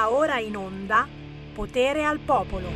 Va ora in onda Potere al Popolo.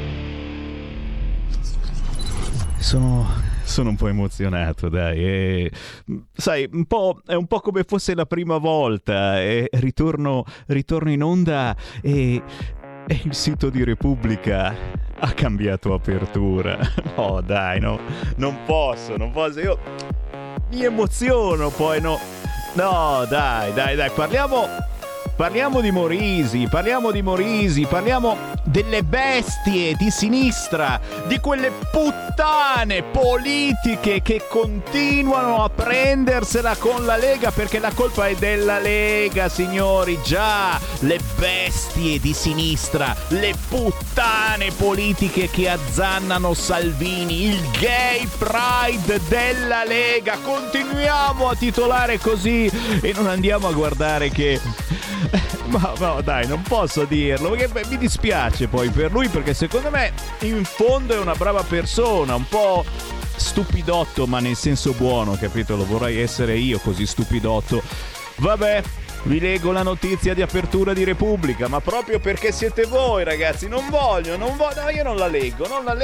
Sono un po' emozionato, dai. Sai, è un po' come fosse la prima volta. Ritorno in onda e il sito di Repubblica ha cambiato apertura. No, dai, no, non posso. Io mi emoziono poi, no. No, dai, parliamo di Morisi, parliamo delle bestie di sinistra, di quelle puttane politiche che continuano a prendersela con la Lega, perché la colpa è della Lega, signori, già, le bestie di sinistra, le puttane politiche che azzannano Salvini, il gay pride della Lega, continuiamo a titolare così e non andiamo a guardare che... Ma no, dai, non posso dirlo, perché mi dispiace poi per lui, perché secondo me in fondo è una brava persona, un po' stupidotto, ma nel senso buono, capito? Lo vorrei essere io così stupidotto. Vabbè, vi leggo la notizia di apertura di Repubblica, ma proprio perché siete voi, ragazzi, non voglio, no, io non la leggo.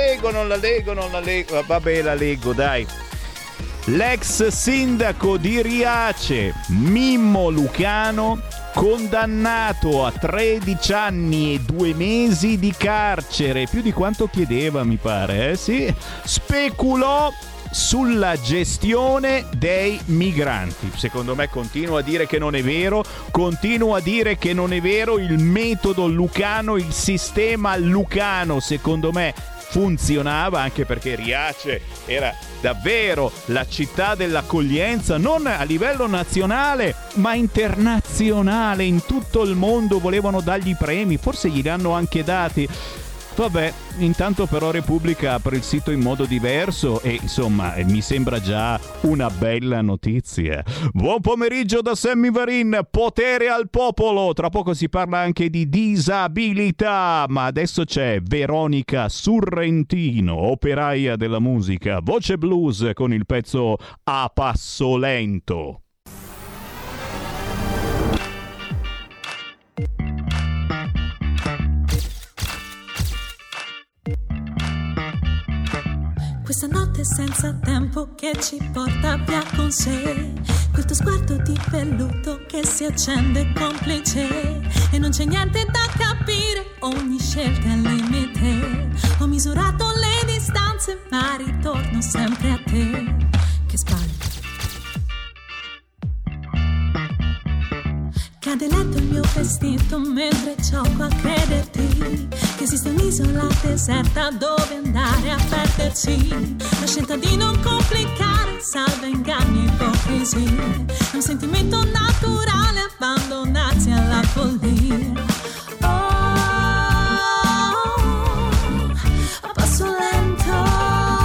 Vabbè, la leggo, dai. L'ex sindaco di Riace, Mimmo Lucano, condannato a 13 anni e 2 mesi di carcere, più di quanto chiedeva, mi pare, sì? Speculò sulla gestione dei migranti. Secondo me continua a dire che non è vero, il metodo Lucano, il sistema Lucano, secondo me funzionava, anche perché Riace era davvero la città dell'accoglienza, non a livello nazionale ma internazionale, in tutto il mondo volevano dargli premi, forse glieli hanno anche dati. Vabbè, intanto però Repubblica apre il sito in modo diverso e insomma mi sembra già una bella notizia. Buon pomeriggio da Sammy Varin, Potere al Popolo. Tra poco si parla anche di disabilità, ma adesso c'è Veronica Surrentino, operaia della musica, voce blues con il pezzo A Passo Lento. Questa notte senza tempo che ci porta via con sé, quel tuo sguardo di velluto che si accende complice e non c'è niente da capire, ogni scelta è al limite. Ho misurato le distanze ma ritorno sempre a te. Che spalle. Cade letto il mio vestito mentre gioco a crederti che esiste un'isola deserta dove andare a perderci. La scelta di non complicare salva inganni e ipocrisie. È un sentimento naturale abbandonarsi alla follia. A passo lento.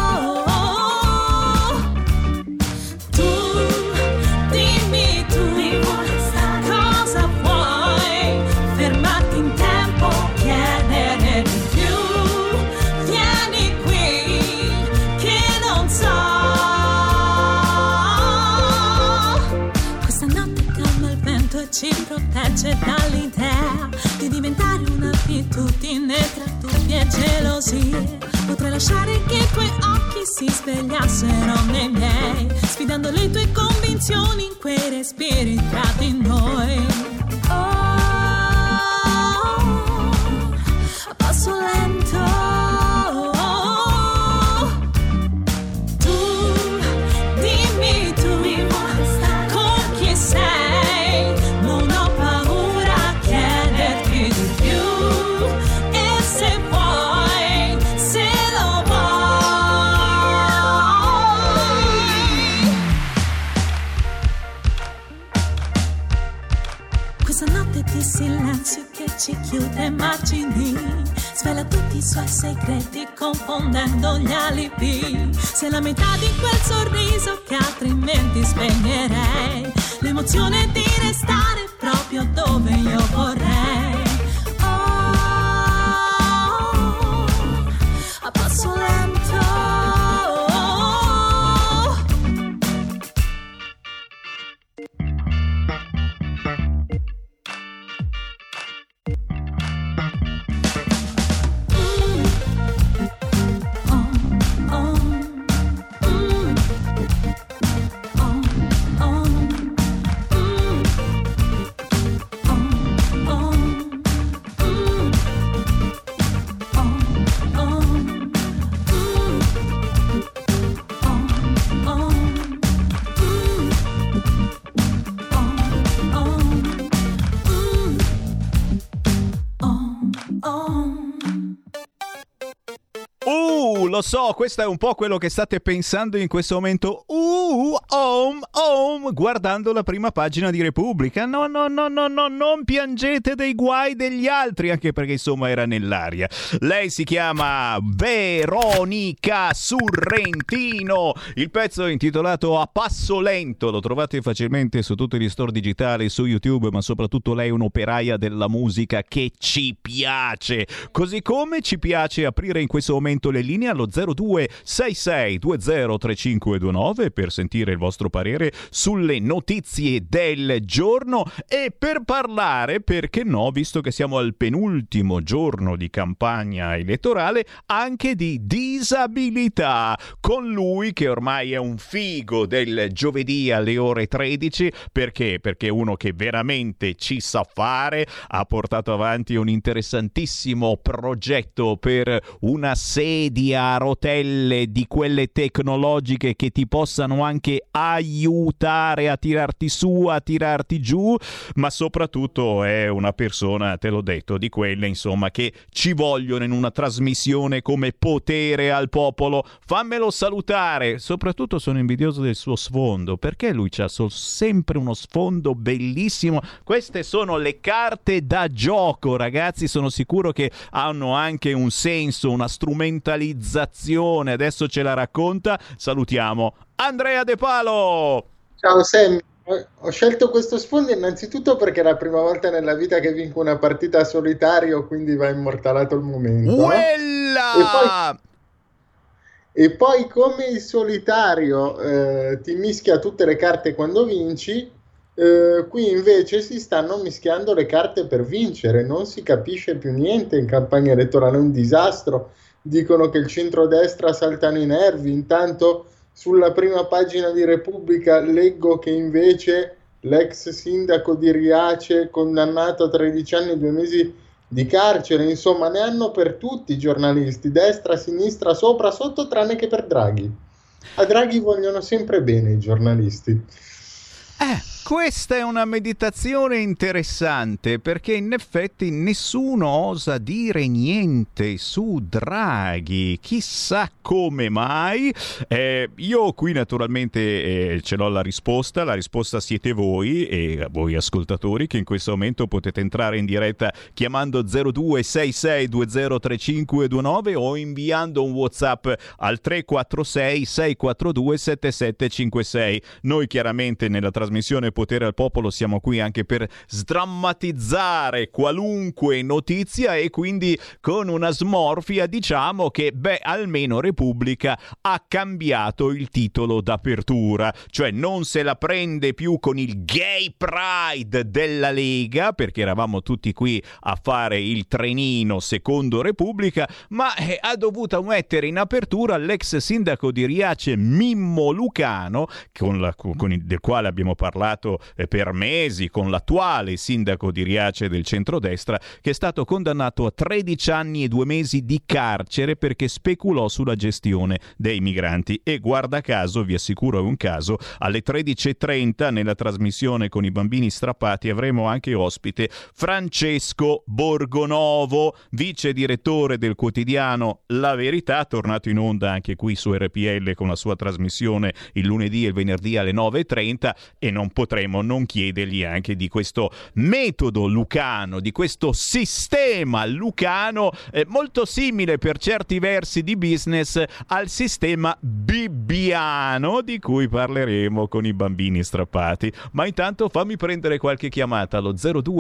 Ci protegge dall'idea di diventare un'abitudine tra dubbi e gelosie. Potrei lasciare che i tuoi occhi si svegliassero nei miei, sfidando le tue convinzioni in quei respiri tra di noi. A passo lento. Silenzio che ci chiude margini, svela tutti i suoi segreti confondendo gli alibi. Sei la metà di quel sorriso che altrimenti spegnerei, l'emozione di restare proprio dove io vorrei. A passo lento. lo so, questo è un po' quello che state pensando in questo momento. Guardando la prima pagina di Repubblica. No, non piangete dei guai degli altri, anche perché insomma era nell'aria. Lei si chiama Veronica Surrentino. Il pezzo è intitolato A Passo Lento, lo trovate facilmente su tutti gli store digitali, su YouTube, ma soprattutto lei è un'operaia della musica che ci piace. Così come ci piace aprire in questo momento le linee allo 0266203529 per sentire il vostro parere sulle notizie del giorno e per parlare, perché no, visto che siamo al penultimo giorno di campagna elettorale, anche di disabilità, con lui che ormai è un figo del giovedì alle ore 13. Perché? Perché uno che veramente ci sa fare, ha portato avanti un interessantissimo progetto per una sedia a rotelle di quelle tecnologiche che ti possano anche aiutare a tirarti su, a tirarti giù, ma soprattutto è una persona, te l'ho detto, di quelle insomma che ci vogliono in una trasmissione come Potere al Popolo. Fammelo salutare. Soprattutto sono invidioso del suo sfondo, perché lui c'ha sempre uno sfondo bellissimo. Queste sono le carte da gioco, ragazzi, sono sicuro che hanno anche un senso, una strumentalizzazione. Adesso ce la racconta. Salutiamo Andrea De Palo. Ciao Sammy, ho scelto questo sfondo innanzitutto perché è la prima volta nella vita che vinco una partita a solitario, quindi va immortalato il momento. Uella! E poi come il solitario ti mischia tutte le carte quando vinci, qui invece si stanno mischiando le carte per vincere, non si capisce più niente in campagna elettorale, è un disastro. Dicono che il centrodestra saltano i nervi, intanto sulla prima pagina di Repubblica leggo che invece l'ex sindaco di Riace condannato a 13 anni e 2 mesi di carcere. Insomma, ne hanno per tutti i giornalisti, destra, sinistra, sopra, sotto, tranne che per Draghi. A Draghi vogliono sempre bene i giornalisti. Questa è una meditazione interessante, perché in effetti nessuno osa dire niente su Draghi, chissà come mai. Io qui naturalmente ce l'ho la risposta siete voi e voi ascoltatori che in questo momento potete entrare in diretta chiamando 0266203529 o inviando un WhatsApp al 346 642 7756. Noi chiaramente nella trasmissione Potere al Popolo siamo qui anche per sdrammatizzare qualunque notizia e quindi con una smorfia diciamo che almeno Repubblica ha cambiato il titolo d'apertura, cioè non se la prende più con il Gay Pride della Lega, perché eravamo tutti qui a fare il trenino secondo Repubblica, ma ha dovuto mettere in apertura l'ex sindaco di Riace Mimmo Lucano, del quale abbiamo parlato per mesi, con l'attuale sindaco di Riace del centrodestra, che è stato condannato a 13 anni e 2 mesi di carcere perché speculò sulla gestione dei migranti. E guarda caso, vi assicuro è un caso, alle 13.30 nella trasmissione con i bambini strappati avremo anche ospite Francesco Borgonovo, vice direttore del quotidiano La Verità, tornato in onda anche qui su RPL con la sua trasmissione il lunedì e il venerdì alle 9.30, e non potremo non chiedergli anche di questo metodo lucano, di questo sistema lucano molto simile per certi versi di business al sistema bibbiano di cui parleremo con i bambini strappati. Ma intanto fammi prendere qualche chiamata allo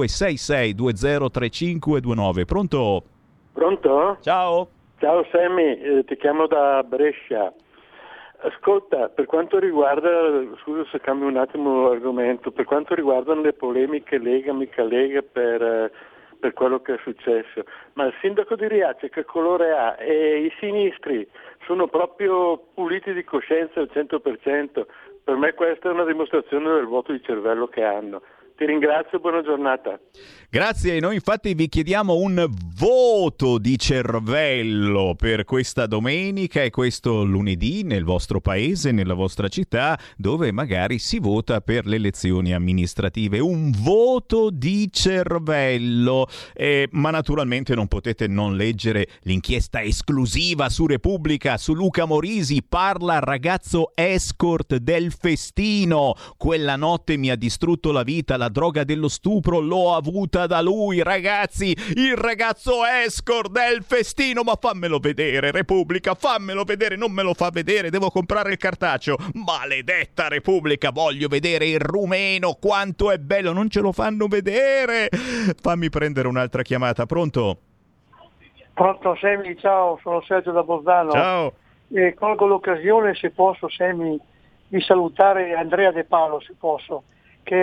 0266203529. Pronto? Pronto? Ciao. Ciao Sammy, ti chiamo da Brescia. Ascolta, per quanto riguarda, scusa se cambio un attimo argomento, per quanto riguardano le polemiche Lega, mica Lega per quello che è successo, ma il sindaco di Riace che colore ha? E i sinistri sono proprio puliti di coscienza al 100%, per me questa è una dimostrazione del vuoto di cervello che hanno. Ti ringrazio, buona giornata. Grazie, noi infatti vi chiediamo un voto di cervello per questa domenica e questo lunedì nel vostro paese, nella vostra città, dove magari si vota per le elezioni amministrative. Un voto di cervello, ma naturalmente non potete non leggere l'inchiesta esclusiva su Repubblica, su Luca Morisi. Parla ragazzo escort del festino. Quella notte mi ha distrutto la vita, la droga dello stupro l'ho avuta da lui, ragazzi, il ragazzo escort del festino. Ma fammelo vedere, Repubblica, fammelo vedere. Non me lo fa vedere, devo comprare il cartaceo. Maledetta Repubblica, voglio vedere il rumeno, quanto è bello, non ce lo fanno vedere. Fammi prendere un'altra chiamata. Pronto? Pronto, Semi, ciao, sono Sergio da Bolzano. Ciao. Colgo l'occasione, se posso, Semi, di salutare Andrea De Palo, se posso, che è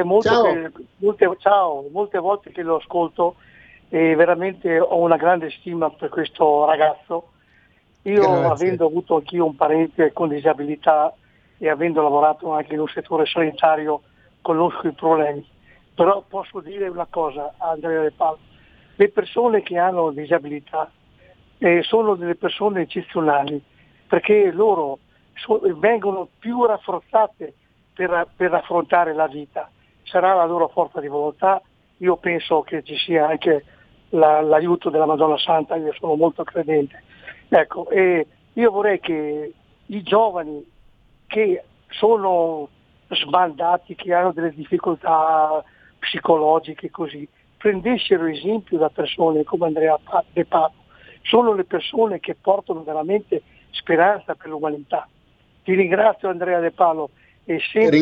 molte volte che lo ascolto e veramente ho una grande stima per questo ragazzo. Io, avendo avuto anch'io un parente con disabilità e avendo lavorato anche in un settore sanitario, conosco i problemi. Però posso dire una cosa a Andrea De Palo: le persone che hanno disabilità sono delle persone eccezionali, perché loro vengono più rafforzate per affrontare la vita. Sarà la loro forza di volontà. Io penso che ci sia anche l'aiuto della Madonna Santa, io sono molto credente. Ecco, e io vorrei che i giovani che sono sbandati, che hanno delle difficoltà psicologiche così, prendessero esempio da persone come Andrea De Palo. Sono le persone che portano veramente speranza per l'umanità. Ti ringrazio, Andrea De Palo, e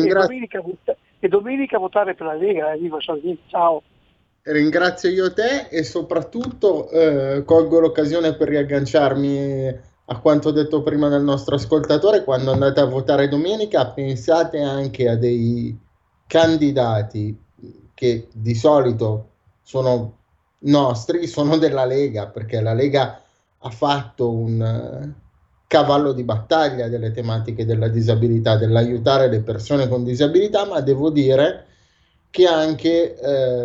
domenica votare per la Lega. Viva Salvini, ciao. Ringrazio io te e soprattutto colgo l'occasione per riagganciarmi a quanto detto prima dal nostro ascoltatore. Quando andate a votare domenica, pensate anche a dei candidati che di solito sono nostri, sono della Lega, perché la Lega ha fatto un cavallo di battaglia delle tematiche della disabilità, dell'aiutare le persone con disabilità, ma devo dire che anche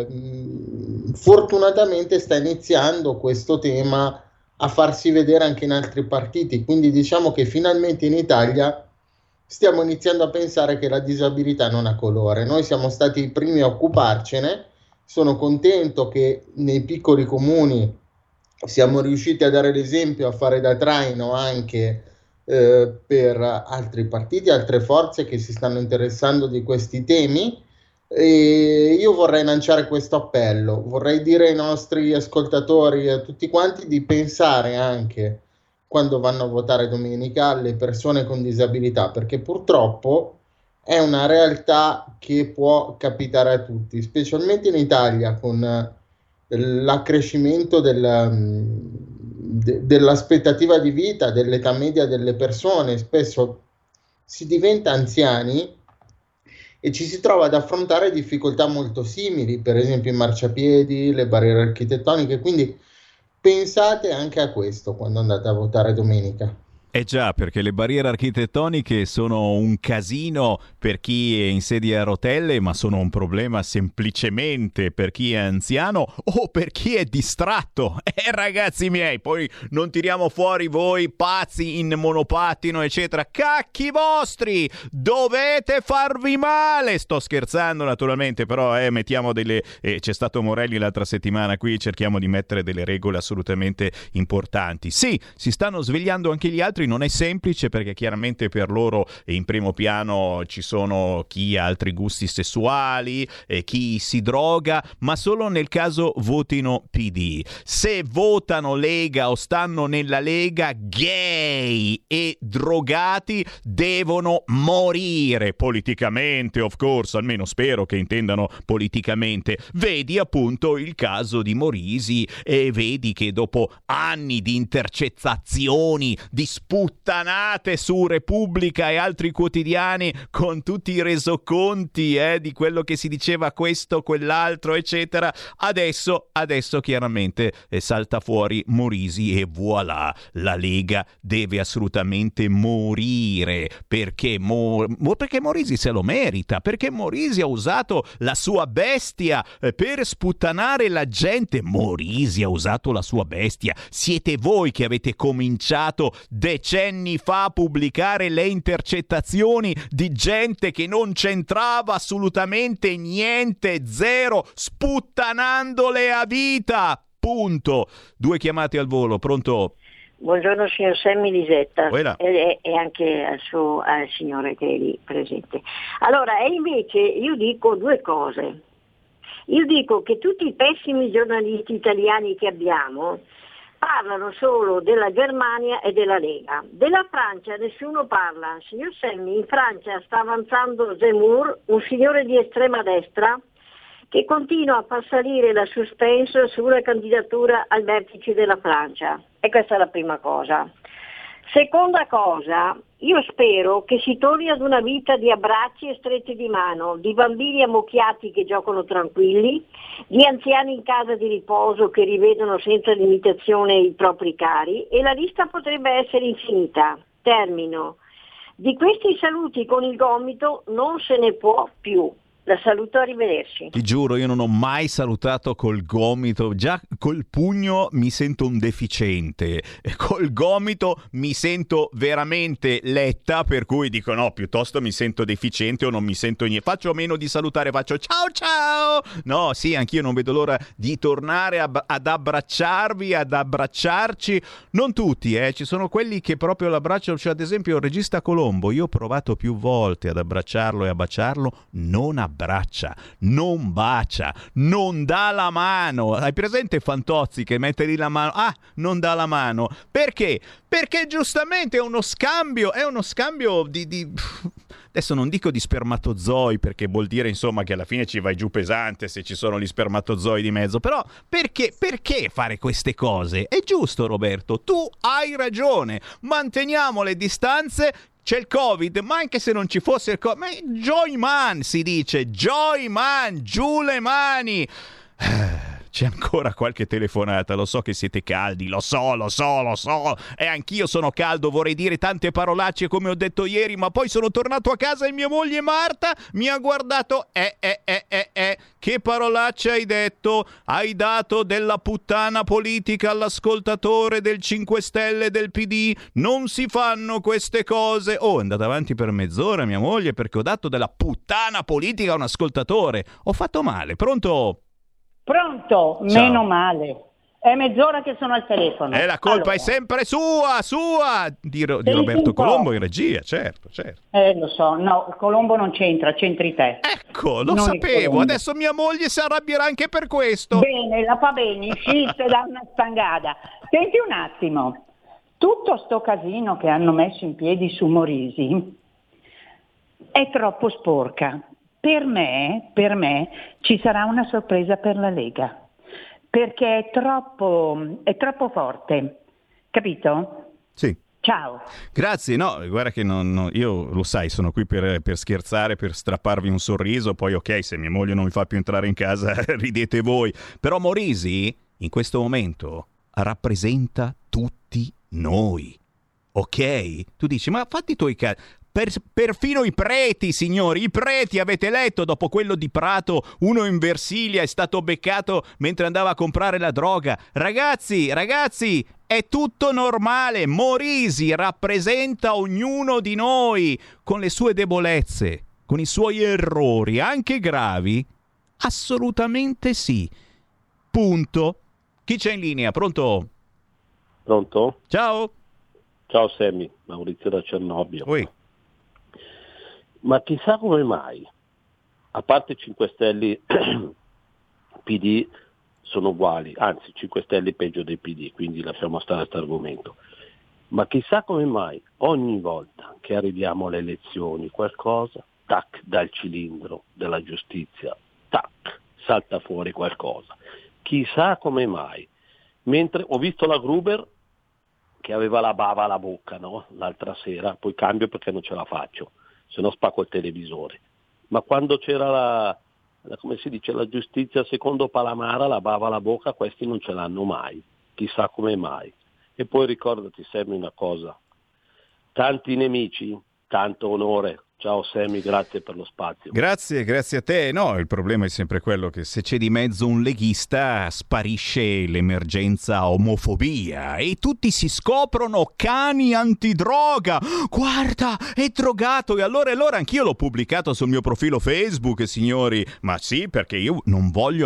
fortunatamente sta iniziando questo tema a farsi vedere anche in altri partiti, quindi diciamo che finalmente in Italia stiamo iniziando a pensare che la disabilità non ha colore. Noi siamo stati i primi a occuparcene. Sono contento che nei piccoli comuni siamo riusciti a dare l'esempio, a fare da traino anche per altri partiti, altre forze che si stanno interessando di questi temi. E io vorrei lanciare questo appello, vorrei dire ai nostri ascoltatori e a tutti quanti di pensare anche, quando vanno a votare domenica, alle persone con disabilità, perché purtroppo è una realtà che può capitare a tutti, specialmente in Italia, con l'accrescimento dell'aspettativa di vita, dell'età media delle persone. Spesso si diventa anziani e ci si trova ad affrontare difficoltà molto simili, per esempio i marciapiedi, le barriere architettoniche, quindi pensate anche a questo quando andate a votare domenica. Eh già, perché le barriere architettoniche sono un casino per chi è in sedia a rotelle, ma sono un problema semplicemente per chi è anziano o per chi è distratto. Ragazzi miei, poi non tiriamo fuori voi pazzi in monopattino, eccetera. Cacchi vostri! Dovete farvi male! Sto scherzando naturalmente, però mettiamo delle... c'è stato Morelli l'altra settimana qui, cerchiamo di mettere delle regole assolutamente importanti. Sì, si stanno svegliando anche gli altri. Non è semplice perché chiaramente per loro in primo piano ci sono chi ha altri gusti sessuali e chi si droga, ma solo nel caso votino PD. Se votano Lega o stanno nella Lega, gay e drogati devono morire politicamente, of course, almeno spero che intendano politicamente. Vedi appunto il caso di Morisi e vedi che dopo anni di intercettazioni, di sputtanate su Repubblica e altri quotidiani con tutti i resoconti di quello che si diceva, questo, quell'altro, eccetera. Adesso chiaramente salta fuori Morisi e voilà, la Lega deve assolutamente morire, perché perché Morisi se lo merita, perché Morisi ha usato la sua bestia per sputtanare la gente. Morisi ha usato la sua bestia. Siete voi che avete cominciato decenni fa a pubblicare le intercettazioni di gente che non c'entrava assolutamente niente, zero, sputtanandole a vita. Punto. 2 chiamate al volo, pronto? Buongiorno signor Sammy Lisetta e anche al signore che è lì presente. Allora, e invece io dico 2 cose. Io dico che tutti i pessimi giornalisti italiani che abbiamo parlano solo della Germania e della Lega. Della Francia nessuno parla. Signor Sammy, in Francia sta avanzando Zemmour, un signore di estrema destra, che continua a far salire la suspense sulla candidatura al vertice della Francia. E questa è la prima cosa. Seconda cosa, io spero che si torni ad una vita di abbracci e strette di mano, di bambini ammucchiati che giocano tranquilli, di anziani in casa di riposo che rivedono senza limitazione i propri cari, e la lista potrebbe essere infinita. Termino. Di questi saluti con il gomito non se ne può più. La saluto, arrivederci. Ti giuro, io non ho mai salutato col gomito. Già col pugno mi sento un deficiente, e col gomito mi sento veramente Letta, per cui dico no, piuttosto mi sento deficiente o non mi sento niente. Faccio a meno di salutare, faccio ciao ciao. No, sì, anch'io non vedo l'ora di tornare ad abbracciarvi, ad abbracciarci. Non tutti, ci sono quelli che proprio l'abbracciano, cioè ad esempio il regista Colombo. Io ho provato più volte ad abbracciarlo e a baciarlo, non abbraccia, non bacia, non dà la mano. Hai presente Fantozzi che mette lì la mano? Ah, non dà la mano. Perché? Perché giustamente è uno scambio di adesso non dico di spermatozoi, perché vuol dire insomma che alla fine ci vai giù pesante se ci sono gli spermatozoi di mezzo, però perché fare queste cose? È giusto, Roberto, tu hai ragione, manteniamo le distanze. C'è il Covid, ma anche se non ci fosse il Covid, ma Joy Man si dice, Joy Man, giù le mani. C'è ancora qualche telefonata, lo so che siete caldi, lo so, e anch'io sono caldo, vorrei dire tante parolacce come ho detto ieri, ma poi sono tornato a casa e mia moglie Marta mi ha guardato, che parolacce hai detto? Hai dato della puttana politica all'ascoltatore del 5 Stelle del PD? Non si fanno queste cose. Oh, è andata avanti per mezz'ora mia moglie perché ho dato della puttana politica a un ascoltatore. Ho fatto male, pronto? Pronto? Ciao. Meno male. È mezz'ora che sono al telefono. E la colpa è sempre sua di Roberto Colombo in regia, certo. Lo so, no, Colombo non c'entri te. Ecco, lo sapevo, adesso mia moglie si arrabbierà anche per questo. Bene, la fa bene, uscite da una stangata. Senti un attimo, tutto sto casino che hanno messo in piedi su Morisi è troppo sporca. Per me ci sarà una sorpresa per la Lega, perché è troppo forte, capito? Sì. Ciao. Grazie, no, guarda che io lo sai, sono qui per scherzare, per strapparvi un sorriso, poi ok, se mia moglie non mi fa più entrare in casa ridete voi, però Morisi in questo momento rappresenta tutti noi, ok? Tu dici, ma fatti i tuoi cazzi. Perfino i preti, signori, i preti, avete letto dopo quello di Prato, uno in Versilia è stato beccato mentre andava a comprare la droga. Ragazzi, è tutto normale. Morisi rappresenta ognuno di noi con le sue debolezze, con i suoi errori, anche gravi. Assolutamente sì. Punto. Chi c'è in linea? Pronto? Pronto? Ciao. Ciao Sammy, Maurizio da Cernobbio. Oi. Ma chissà come mai, a parte 5 Stelle PD sono uguali, anzi 5 Stelle peggio dei PD, quindi lasciamo stare questo argomento, ma chissà come mai ogni volta che arriviamo alle elezioni qualcosa, tac, dal cilindro della giustizia, tac, salta fuori qualcosa, chissà come mai. Mentre ho visto la Gruber che aveva la bava alla bocca, no? L'altra sera, poi cambio perché non ce la faccio, se no spacco il televisore. Ma quando c'era come si dice, la giustizia secondo Palamara, la bava alla bocca, questi non ce l'hanno mai, chissà come mai. E poi ricordati, Sammy, una cosa, tanti nemici, tanto onore. Ciao Sammy, grazie per lo spazio. Grazie a te. No, il problema è sempre quello che se c'è di mezzo un leghista sparisce l'emergenza omofobia e tutti si scoprono cani antidroga. Guarda, è drogato. E allora anch'io l'ho pubblicato sul mio profilo Facebook, signori. Ma sì, perché io non voglio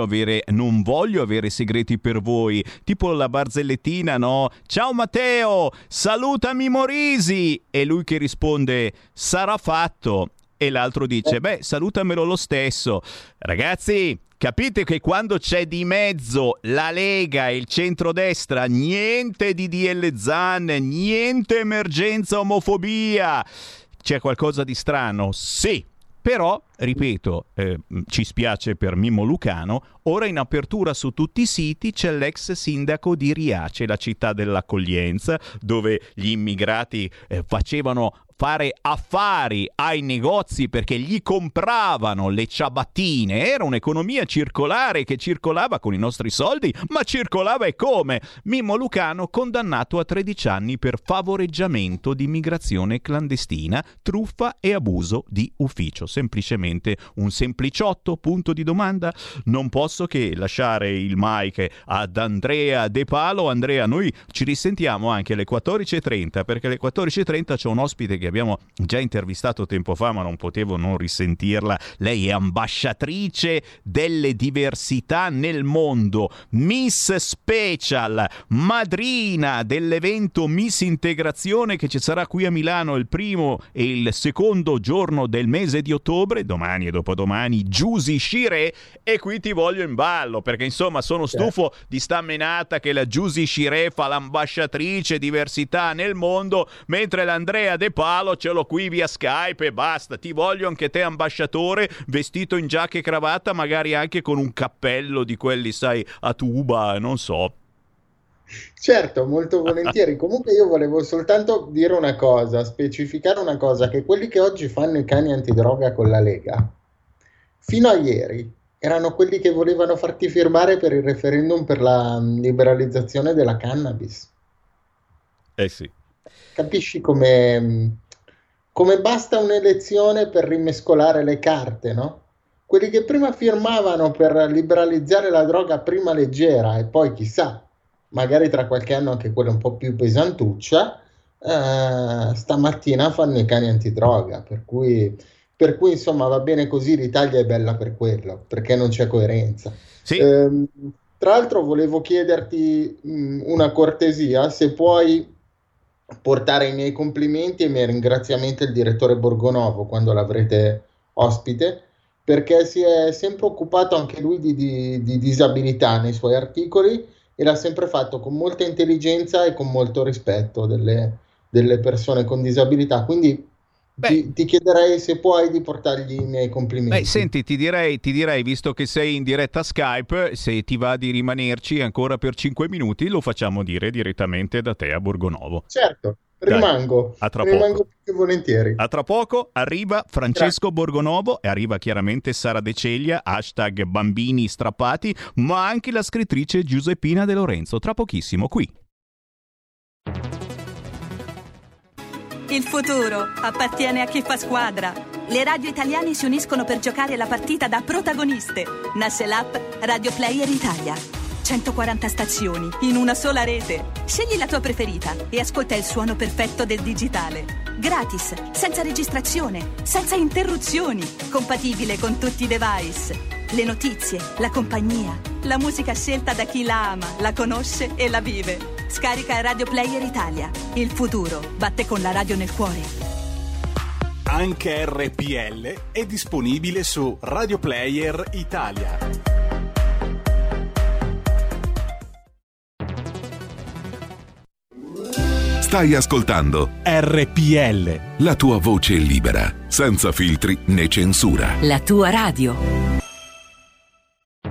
avere segreti per voi. Tipo la barzellettina, no? Ciao Matteo, salutami Morisi. E lui che risponde, sarà fatto. E l'altro dice, salutamelo lo stesso. Ragazzi, capite che quando c'è di mezzo la Lega e il centrodestra, niente di DL Zan, niente emergenza omofobia. C'è qualcosa di strano? Sì. Però, ripeto, ci spiace per Mimmo Lucano, ora in apertura su tutti i siti c'è l'ex sindaco di Riace, la città dell'accoglienza, dove gli immigrati facevano fare affari ai negozi perché gli compravano le ciabattine. Era un'economia circolare che circolava con i nostri soldi, ma circolava e come? Mimmo Lucano condannato a 13 anni per favoreggiamento di immigrazione clandestina, truffa e abuso di ufficio. Semplicemente un sempliciotto, punto di domanda. Non posso che lasciare il mic ad Andrea De Palo. Andrea, noi ci risentiamo anche alle 14.30, perché alle 14.30 c'è un ospite che abbiamo già intervistato tempo fa, ma non potevo non risentirla. Lei è ambasciatrice delle diversità nel mondo, Miss Special, madrina dell'evento Miss Integrazione che ci sarà qui a Milano il primo e il secondo giorno del mese di ottobre, domani e dopodomani, Giusy Scirè. E qui ti voglio in ballo, perché insomma sono stufo di sta menata che la Giusy Scirè fa l'ambasciatrice diversità nel mondo, mentre l'Andrea De Palo ce l'ho qui via Skype e basta. Ti voglio anche te ambasciatore, vestito in giacca e cravatta, magari anche con un cappello di quelli, sai, a tuba, non so. Certo, molto volentieri. Comunque io volevo soltanto dire una cosa, specificare una cosa, che quelli che oggi fanno i cani antidroga con la Lega, fino a ieri erano quelli che volevano farti firmare per il referendum per la liberalizzazione della cannabis. Sì. Capisci come basta un'elezione per rimescolare le carte, no? Quelli che prima firmavano per liberalizzare la droga prima leggera e poi chissà, magari tra qualche anno anche quella un po' più pesantuccia, stamattina fanno i cani antidroga, per cui insomma va bene così, l'Italia è bella per quello, perché non c'è coerenza. Sì. Tra l'altro volevo chiederti una cortesia, se puoi portare i miei complimenti e i miei ringraziamenti al direttore Borgonovo quando l'avrete ospite, perché si è sempre occupato anche lui di disabilità nei suoi articoli e l'ha sempre fatto con molta intelligenza e con molto rispetto delle persone con disabilità, quindi ti chiederei se puoi di portargli i miei complimenti. Senti, ti direi, visto che sei in diretta Skype, se ti va di rimanerci ancora per 5 minuti, lo facciamo dire direttamente da te a Borgonovo. Certo, rimango. A tra rimango poco. più volentieri. A tra poco arriva Francesco Borgonovo e arriva chiaramente Sara De Ceglia, #bambini strappati, ma anche la scrittrice Giuseppina De Lorenzo. Tra pochissimo qui. Il futuro appartiene a chi fa squadra. Le radio italiane si uniscono per giocare la partita da protagoniste. Nasce l'app Radio Player Italia. 140 stazioni in una sola rete. Scegli la tua preferita e ascolta il suono perfetto del digitale. Gratis, senza registrazione, senza interruzioni. Compatibile con tutti i device. Le notizie, la compagnia, la musica scelta da chi la ama, la conosce e la vive. Scarica Radio Player Italia. Il futuro batte con la radio nel cuore. Anche RPL è disponibile su Radio Player Italia. Stai ascoltando RPL, la tua voce libera, senza filtri né censura. La tua radio.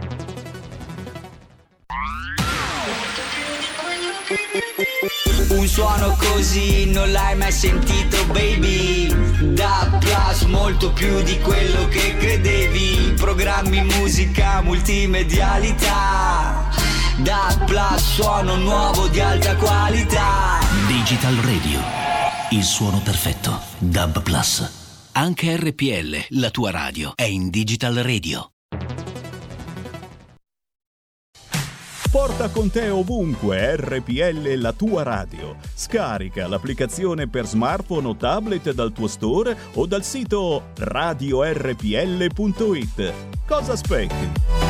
Un suono così non l'hai mai sentito, baby. DAB Plus, molto più di quello che credevi. Programmi, musica, multimedialità. DAB Plus, suono nuovo di alta qualità. Digital Radio, il suono perfetto. DAB Plus. Anche RPL, la tua radio, è in Digital Radio. Porta con te ovunque RPL, la tua radio. Scarica l'applicazione per smartphone o tablet dal tuo store o dal sito radiorpl.it. Cosa aspetti?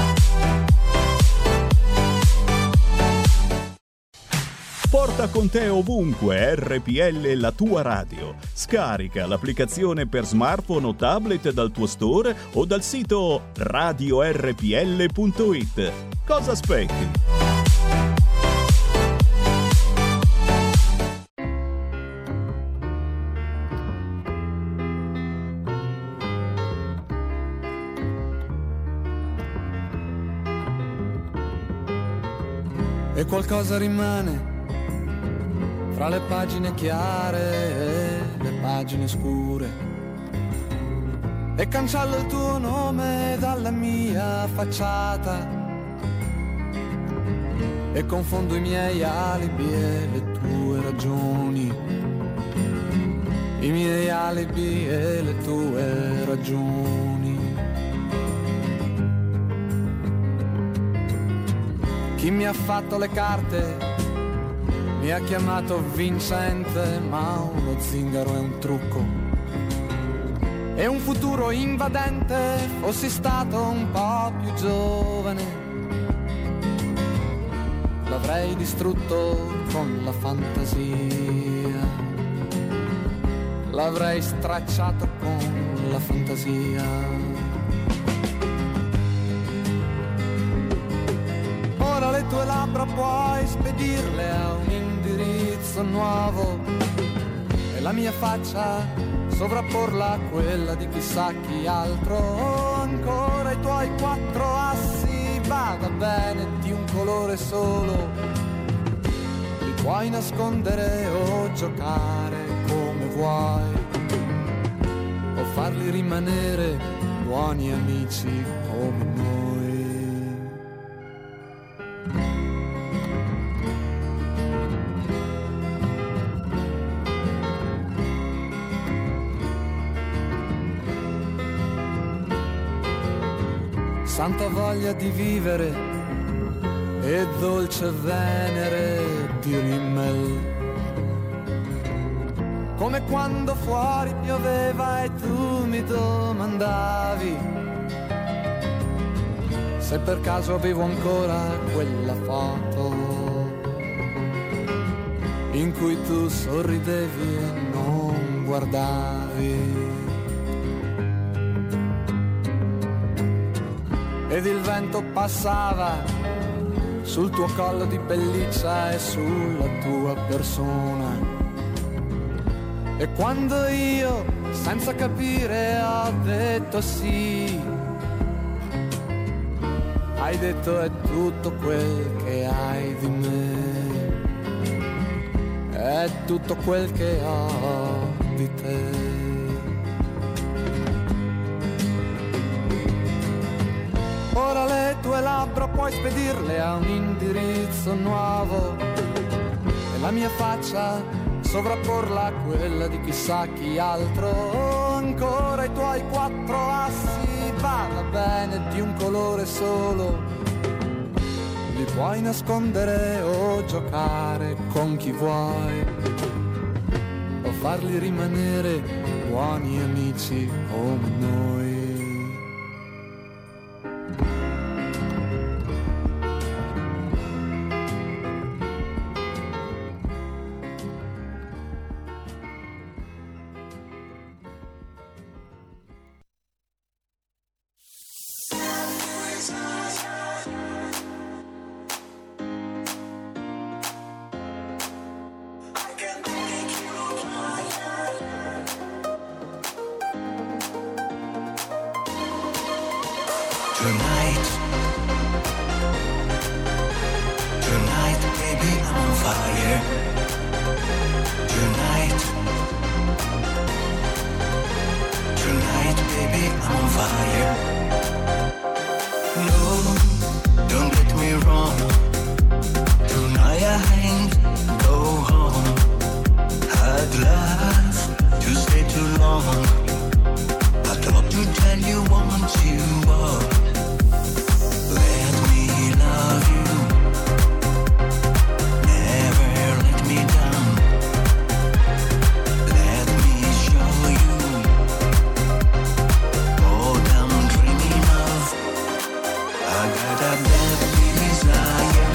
Porta con te ovunque RPL, la tua radio. Scarica l'applicazione per smartphone o tablet dal tuo store o dal sito radiorpl.it. Cosa aspetti? E qualcosa rimane fra le pagine chiare e le pagine scure, e cancello il tuo nome dalla mia facciata, e confondo i miei alibi e le tue ragioni, i miei alibi e le tue ragioni. Chi mi ha fatto le carte mi ha chiamato vincente, ma uno zingaro è un trucco. E un futuro invadente, fossi stato un po' più giovane, l'avrei distrutto con la fantasia, l'avrei stracciato con la fantasia. Ora le tue labbra puoi spedirle a un indirizzo nuovo, e la mia faccia sovrapporla a quella di chissà chi altro. Ancora i tuoi 4 assi, vada bene, di un colore solo, li puoi nascondere o giocare come vuoi, o farli rimanere buoni amici come noi. Santa voglia di vivere e dolce venere di rimmel, come quando fuori pioveva e tu mi domandavi se per caso avevo ancora quella foto in cui tu sorridevi e non guardavi. Ed il vento passava sul tuo collo di pelliccia e sulla tua persona. E quando io, senza capire, ho detto sì, hai detto è tutto quel che hai di me, è tutto quel che ho di te. Ora le tue labbra puoi spedirle a un indirizzo nuovo, e la mia faccia sovrapporla a quella di chissà chi altro. Ancora i tuoi 4 assi, vada bene, di un colore solo, li puoi nascondere o giocare con chi vuoi, o farli rimanere buoni amici come noi. that deadly desire.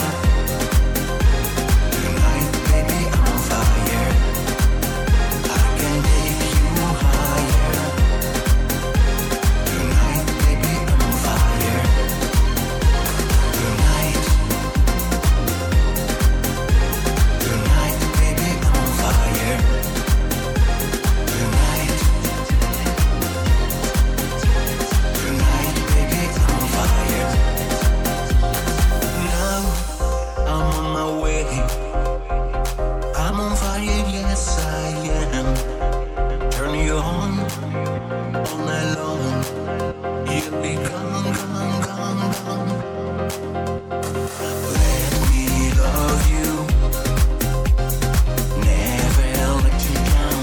Tonight, baby, I'm on fire. I can take you higher. Tonight, baby, I'm on fire. Tonight, baby, I'm on fire. Tonight, baby, I'm on fire. Now, I'm on my way. I'm on fire, yes I am. Turn you on all night long. You'll be gone, gone, gone, gone. Let me love you. Never let you down.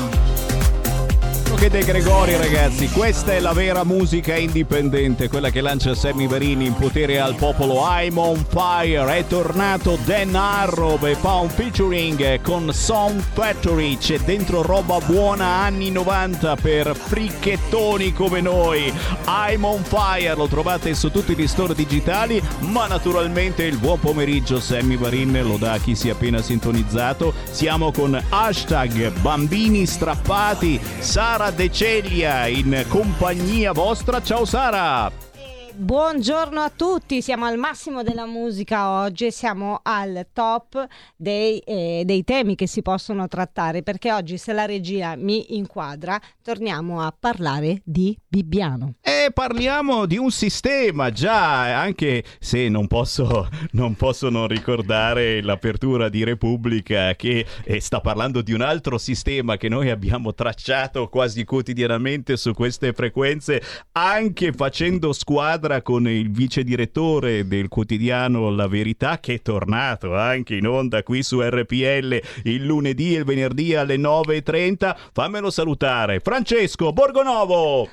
Che De Gregori, ragazzi, questa è la vera musica indipendente, quella che lancia Sammy Varini in potere al popolo. I'm on fire. È tornato Dan Harrow e fa un featuring con Sound Factory. C'è dentro roba buona anni 90 per fricchettoni come noi. I'm on fire, lo trovate su tutti gli store digitali, ma naturalmente il buon pomeriggio Sammy Varin lo dà a chi si è appena sintonizzato. Siamo con hashtag bambini strappati. Sara De Celia in compagnia vostra. Ciao Sara. Buongiorno a tutti, siamo al massimo della musica oggi, siamo al top dei temi che si possono trattare, perché oggi, se la regia mi inquadra, torniamo a parlare di Bibbiano. E parliamo di un sistema, già, anche se non posso non ricordare l'apertura di Repubblica che sta parlando di un altro sistema che noi abbiamo tracciato quasi quotidianamente su queste frequenze, anche facendo squadra con il vice direttore del quotidiano La Verità, che è tornato anche in onda qui su RPL il lunedì e il venerdì alle 9:30. Fammelo salutare, Francesco Borgonovo.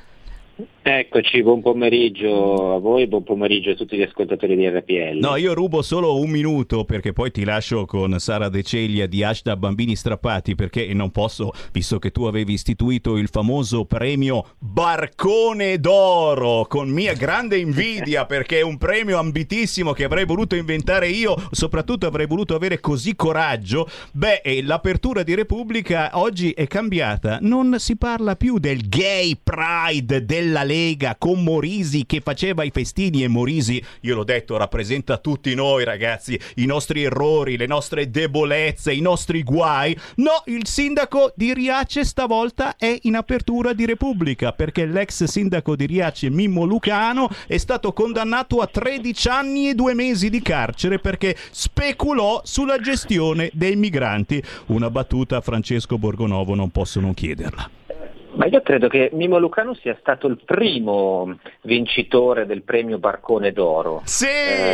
Eccoci, buon pomeriggio a voi, buon pomeriggio a tutti gli ascoltatori di RPL. No, io rubo solo un minuto perché poi ti lascio con Sara De Celia di hashtag bambini strappati, perché non posso, visto che tu avevi istituito il famoso premio Barcone d'Oro, con mia grande invidia, perché è un premio ambitissimo che avrei voluto inventare io, soprattutto avrei voluto avere così coraggio. L'apertura di Repubblica oggi è cambiata, non si parla più del gay pride della Lega con Morisi che faceva i festini, e Morisi, io l'ho detto, rappresenta tutti noi, ragazzi, i nostri errori, le nostre debolezze, i nostri guai. No, il sindaco di Riace stavolta è in apertura di Repubblica, perché l'ex sindaco di Riace, Mimmo Lucano, è stato condannato a 13 anni e 2 mesi di carcere perché speculò sulla gestione dei migranti. Una battuta, Francesco Borgonovo, non posso non chiederla. Ma io credo che Mimmo Lucano sia stato il primo vincitore del premio Barcone d'Oro. Sì!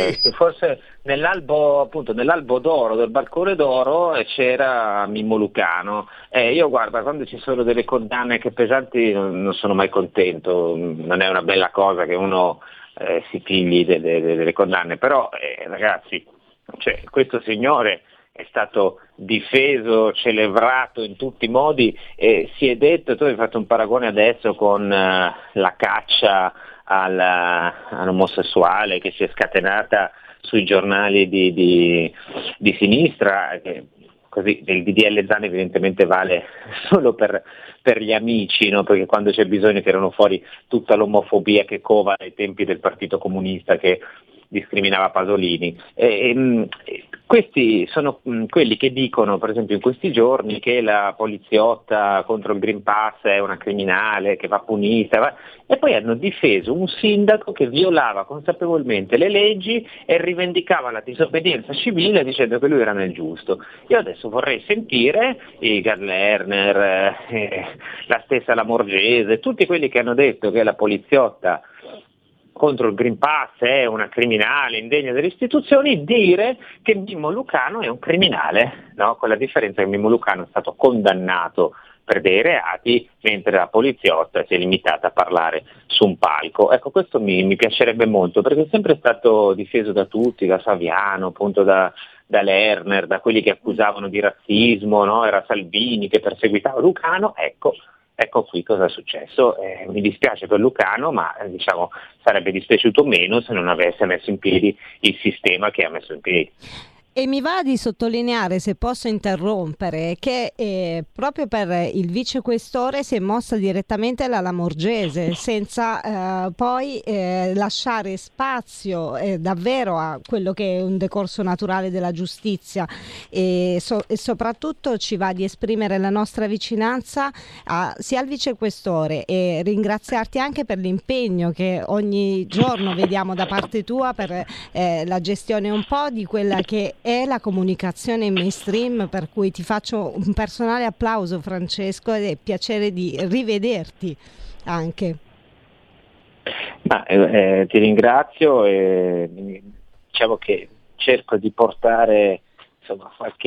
Forse nell'albo d'oro del Barcone d'Oro c'era Mimmo Lucano. Io guarda, quando ci sono delle condanne che pesanti non sono mai contento, non è una bella cosa che uno si pigli delle condanne, però ragazzi, cioè, questo signore è stato difeso, celebrato in tutti i modi, e si è detto, tu hai fatto un paragone adesso con la caccia all'omosessuale che si è scatenata sui giornali di sinistra, così il DDL Zan evidentemente vale solo per gli amici, no? Perché quando c'è bisogno tirano fuori tutta l'omofobia che cova ai tempi del Partito Comunista che discriminava Pasolini. Questi sono quelli che dicono, per esempio in questi giorni, che la poliziotta contro il Green Pass è una criminale che va punita, e poi hanno difeso un sindaco che violava consapevolmente le leggi e rivendicava la disobbedienza civile dicendo che lui era nel giusto. Io adesso vorrei sentire i Gerd Lerner, la stessa Lamorgese, tutti quelli che hanno detto che la poliziotta contro il Green Pass è una criminale indegna delle istituzioni, dire che Mimmo Lucano è un criminale, no? Con la differenza che Mimmo Lucano è stato condannato per dei reati, mentre la poliziotta si è limitata a parlare su un palco. Ecco, questo mi piacerebbe molto, perché è sempre stato difeso da tutti, da Saviano, appunto da Lerner, da quelli che accusavano di razzismo, no? Era Salvini che perseguitava Lucano. Ecco, Ecco qui cosa è successo. Mi dispiace per Lucano, ma sarebbe dispiaciuto meno se non avesse messo in piedi il sistema che ha messo in piedi. E mi va di sottolineare, se posso interrompere, che proprio per il vicequestore si è mossa direttamente la Lamorgese, senza poi lasciare spazio davvero a quello che è un decorso naturale della giustizia, e soprattutto ci va di esprimere la nostra vicinanza sia al vicequestore e ringraziarti anche per l'impegno che ogni giorno vediamo da parte tua per la gestione un po' di quella che è la comunicazione mainstream, per cui ti faccio un personale applauso, Francesco, ed è piacere di rivederti anche. Ti ringrazio e diciamo che cerco di portare qualche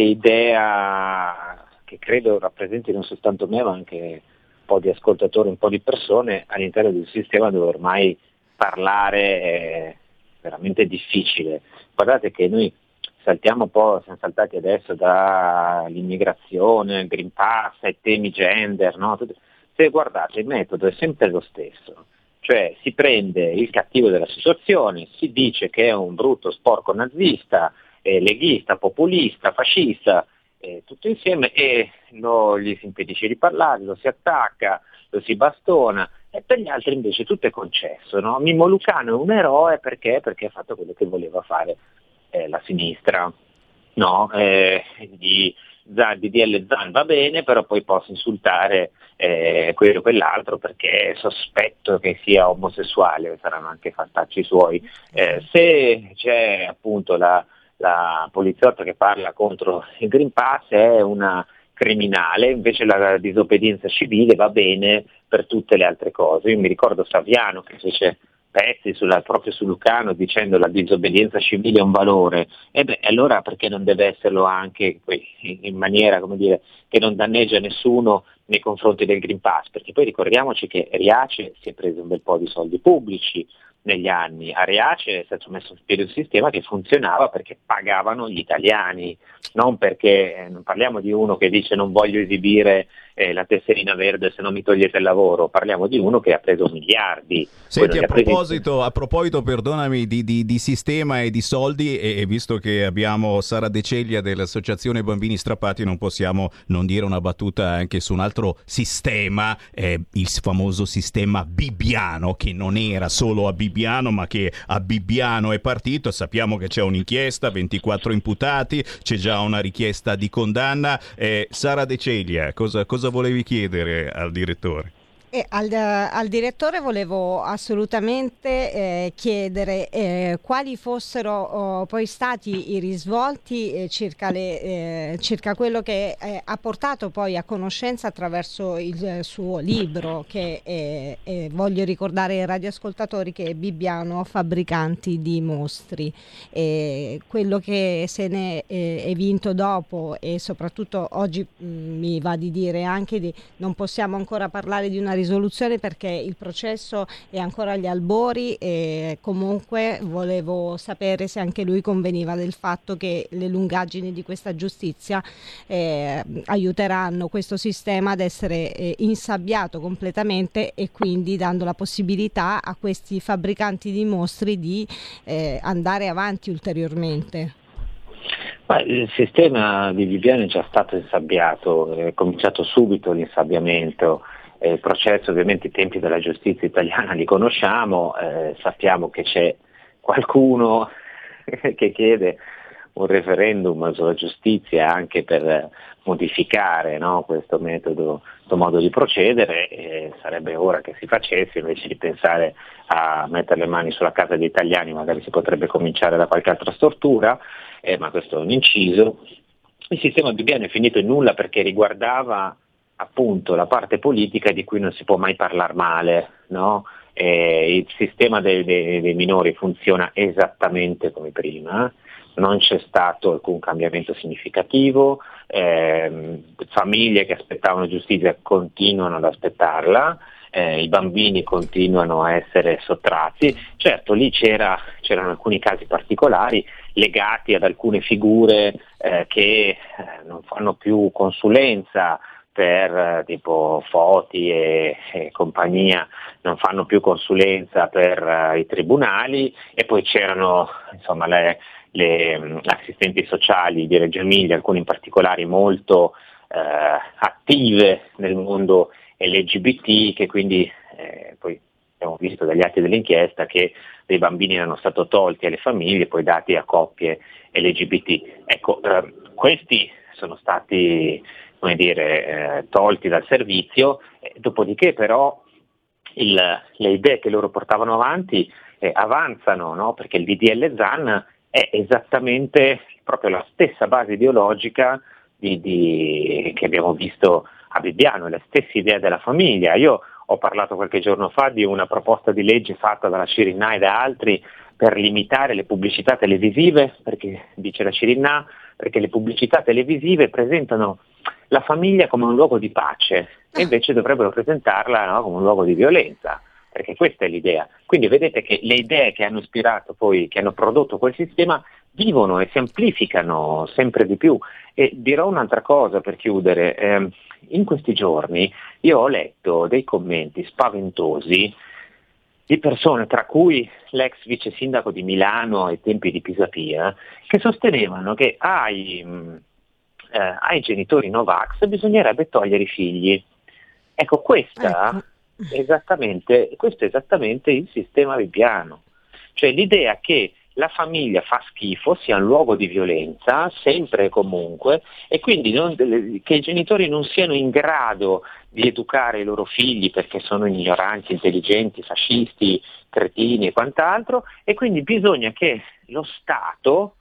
idea che credo rappresenti non soltanto me ma anche un po' di ascoltatori, un po' di persone all'interno di un sistema dove ormai parlare è veramente difficile. Guardate che noi siamo saltati adesso dall'immigrazione, il Green Pass, ai temi gender, no? Se guardate il metodo è sempre lo stesso, cioè si prende il cattivo della situazione, si dice che è un brutto sporco nazista, leghista, populista, fascista, tutto insieme, e gli si impedisce di parlare, lo si attacca, lo si bastona, e per gli altri invece tutto è concesso, no? Mimmo Lucano è un eroe perché ha fatto quello che voleva fare la sinistra, no? Di DDL Zan va bene, però poi posso insultare quello o quell'altro perché sospetto che sia omosessuale, saranno anche fattacci suoi. Se c'è appunto la poliziotta che parla contro il Green Pass è una criminale, invece la disobbedienza civile va bene per tutte le altre cose. Io mi ricordo Saviano che fece pezzi proprio su Lucano dicendo la disobbedienza civile è un valore, allora perché non deve esserlo anche in maniera, come dire, che non danneggia nessuno nei confronti del Green Pass? Perché poi ricordiamoci che Riace si è preso un bel po' di soldi pubblici negli anni, a Riace è stato messo in piedi un sistema che funzionava perché pagavano gli italiani, non perché non parliamo di uno che dice non voglio esibire la tesserina verde se non mi togliete il lavoro, parliamo di uno che ha preso miliardi. Senti, a proposito, perdonami, di sistema e di soldi, e visto che abbiamo Sara De Ceglia dell'Associazione Bambini Strappati, non possiamo non dire una battuta anche su un altro sistema, il famoso sistema Bibbiano, che non era solo a Bibbiano ma che a Bibbiano è partito. Sappiamo che c'è un'inchiesta, 24 imputati, c'è già una richiesta di condanna. Sara De Ceglia, cosa volevi chiedere al direttore? Al direttore volevo assolutamente chiedere quali fossero poi stati i risvolti circa quello che ha portato poi a conoscenza attraverso il suo libro, che voglio ricordare ai radioascoltatori che è Bibbiano, fabbricanti di mostri, quello che se ne è vinto dopo, e soprattutto oggi mi va di dire anche non possiamo ancora parlare di una risoluzione perché il processo è ancora agli albori, e comunque volevo sapere se anche lui conveniva del fatto che le lungaggini di questa giustizia aiuteranno questo sistema ad essere insabbiato completamente, e quindi dando la possibilità a questi fabbricanti di mostri di andare avanti ulteriormente. Il sistema di Bibbiano è già stato insabbiato, è cominciato subito l'insabbiamento. Il processo, ovviamente i tempi della giustizia italiana li conosciamo, sappiamo che c'è qualcuno che chiede un referendum sulla giustizia anche per modificare, no, questo metodo, questo modo di procedere. Sarebbe ora che si facesse, invece di pensare a mettere le mani sulla casa degli italiani, magari si potrebbe cominciare da qualche altra stortura, ma questo è un inciso. Il sistema Bibbiano è finito in nulla perché riguardava appunto la parte politica di cui non si può mai parlare male, no? Il sistema dei minori funziona esattamente come prima, non c'è stato alcun cambiamento significativo, famiglie che aspettavano giustizia continuano ad aspettarla, i bambini continuano a essere sottratti. Certo, lì c'erano alcuni casi particolari legati ad alcune figure che non fanno più consulenza, per tipo Foti e compagnia, non fanno più consulenza per i tribunali, e poi c'erano insomma le assistenti sociali di Reggio Emilia, alcune in particolare molto attive nel mondo LGBT, che quindi poi abbiamo visto dagli atti dell'inchiesta che dei bambini erano stati tolti alle famiglie, poi dati a coppie LGBT. Ecco, questi sono stati, come dire, tolti dal servizio, dopodiché però le idee che loro portavano avanti avanzano, no? Perché il DDL Zan è esattamente proprio la stessa base ideologica che abbiamo visto a Bibbiano, le stesse idee della famiglia. Io ho parlato qualche giorno fa di una proposta di legge fatta dalla Cirinà e da altri per limitare le pubblicità televisive, perché dice la Cirinà, perché le pubblicità televisive presentano la famiglia come un luogo di pace e invece dovrebbero presentarla, no, come un luogo di violenza, perché questa è l'idea. Quindi vedete che le idee che hanno ispirato poi, che hanno prodotto quel sistema, vivono e si amplificano sempre di più. E dirò un'altra cosa per chiudere. In questi giorni io ho letto dei commenti spaventosi di persone, tra cui l'ex vice sindaco di Milano ai tempi di Pisapia, che sostenevano che ai genitori Novax bisognerebbe togliere i figli. Ecco, questo è esattamente il sistema bibbiano, cioè l'idea che la famiglia fa schifo, sia un luogo di violenza, sempre e comunque, e quindi che i genitori non siano in grado di educare i loro figli perché sono ignoranti, intelligenti, fascisti, cretini e quant'altro, e quindi bisogna che lo Stato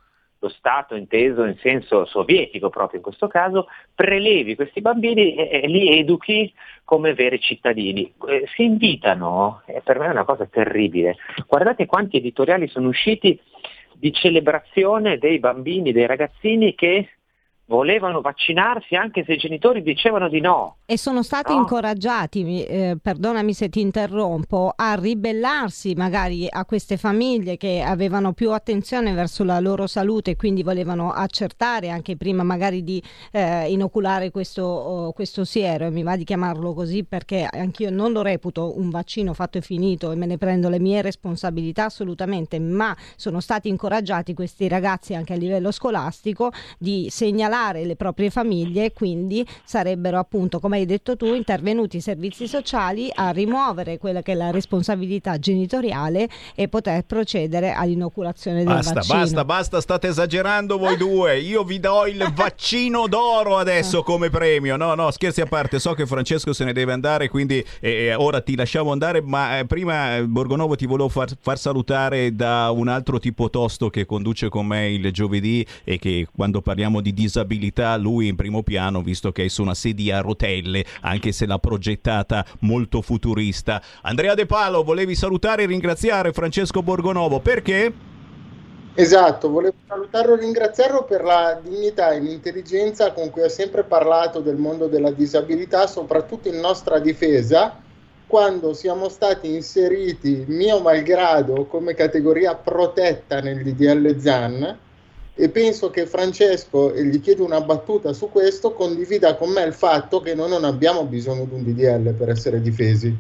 inteso in senso sovietico proprio in questo caso, prelevi questi bambini e li educhi come veri cittadini. Si invitano, per me è una cosa terribile, guardate quanti editoriali sono usciti di celebrazione dei bambini, dei ragazzini che volevano vaccinarsi anche se i genitori dicevano di no. E sono stati incoraggiati, perdonami se ti interrompo, a ribellarsi magari a queste famiglie che avevano più attenzione verso la loro salute e quindi volevano accertare anche prima magari di inoculare questo siero, e mi va di chiamarlo così perché anch'io non lo reputo un vaccino fatto e finito e me ne prendo le mie responsabilità assolutamente, ma sono stati incoraggiati questi ragazzi anche a livello scolastico di segnalare le proprie famiglie, quindi sarebbero appunto, come hai detto tu, intervenuti i servizi sociali a rimuovere quella che è la responsabilità genitoriale e poter procedere all'inoculazione del vaccino. Basta, state esagerando voi due. Io vi do il vaccino d'oro adesso come premio. No, scherzi a parte, so che Francesco se ne deve andare, quindi ora ti lasciamo andare, ma prima Borgonovo ti volevo far salutare da un altro tipo tosto che conduce con me il giovedì e che quando parliamo di disabilità lui in primo piano, visto che è su una sedia a rotelle, anche se l'ha progettata molto futurista. Andrea De Palo, volevi salutare e ringraziare Francesco Borgonovo, perché? Esatto, volevo salutarlo e ringraziarlo per la dignità e l'intelligenza con cui ha sempre parlato del mondo della disabilità, soprattutto in nostra difesa, quando siamo stati inseriti, mio malgrado, come categoria protetta nel DDL Zan. E penso che Francesco, e gli chiedo una battuta su questo, condivida con me il fatto che noi non abbiamo bisogno di un DDL per essere difesi.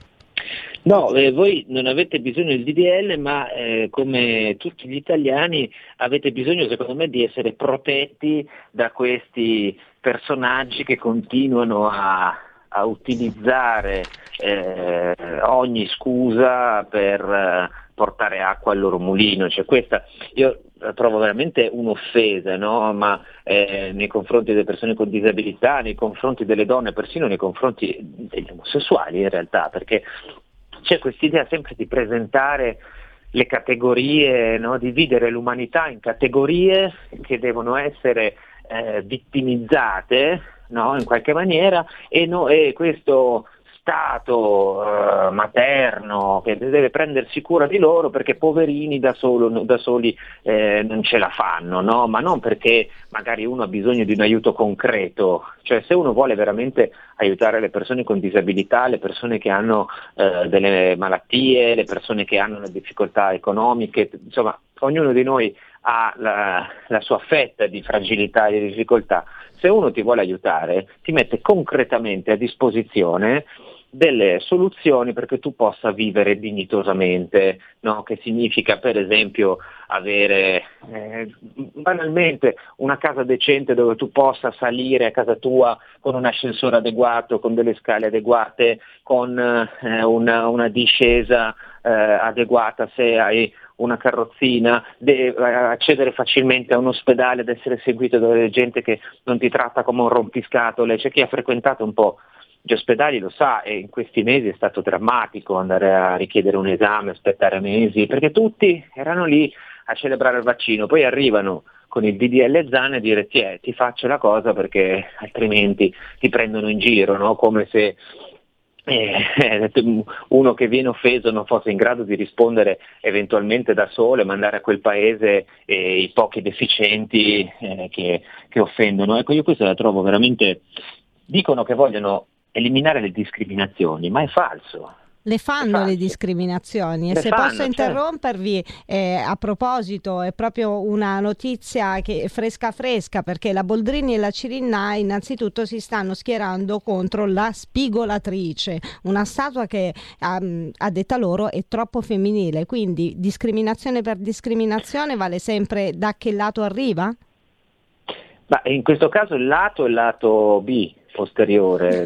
No, voi non avete bisogno del DDL, ma come tutti gli italiani avete bisogno, secondo me, di essere protetti da questi personaggi che continuano a utilizzare ogni scusa per portare acqua al loro mulino. Cioè questa io trovo veramente un'offesa, no? Ma nei confronti delle persone con disabilità, nei confronti delle donne, persino nei confronti degli omosessuali in realtà, perché c'è quest'idea sempre di presentare le categorie, no? Dividere l'umanità in categorie che devono essere vittimizzate, no? In qualche maniera, e questo Stato materno che deve prendersi cura di loro perché poverini da soli non ce la fanno, no? Ma non perché magari uno ha bisogno di un aiuto concreto, cioè se uno vuole veramente aiutare le persone con disabilità, le persone che hanno delle malattie, le persone che hanno difficoltà economiche, insomma ognuno di noi ha la sua fetta di fragilità e di difficoltà. Se uno ti vuole aiutare, ti mette concretamente a disposizione delle soluzioni perché tu possa vivere dignitosamente, no? Che significa per esempio avere banalmente una casa decente dove tu possa salire a casa tua con un ascensore adeguato, con delle scale adeguate, con una discesa adeguata se hai una carrozzina, accedere facilmente a un ospedale ed essere seguito da gente che non ti tratta come un rompiscatole. C'è chi ha frequentato un po' gli ospedali, lo sa, e in questi mesi è stato drammatico andare a richiedere un esame, aspettare mesi, perché tutti erano lì a celebrare il vaccino, poi arrivano con il DDL Zan e dire ti faccio la cosa perché altrimenti ti prendono in giro, no? Come se uno che viene offeso non fosse in grado di rispondere eventualmente da solo e mandare a quel paese i pochi deficienti che offendono. Ecco, io questo la trovo veramente. Dicono che vogliono eliminare le discriminazioni, ma è falso. Le fanno le discriminazioni, e se posso interrompervi, a proposito, è proprio una notizia che fresca, perché la Boldrini e la Cirinnà innanzitutto si stanno schierando contro la spigolatrice, una statua che a detta loro è troppo femminile, quindi discriminazione per discriminazione vale sempre da che lato arriva? Ma in questo caso il lato B posteriore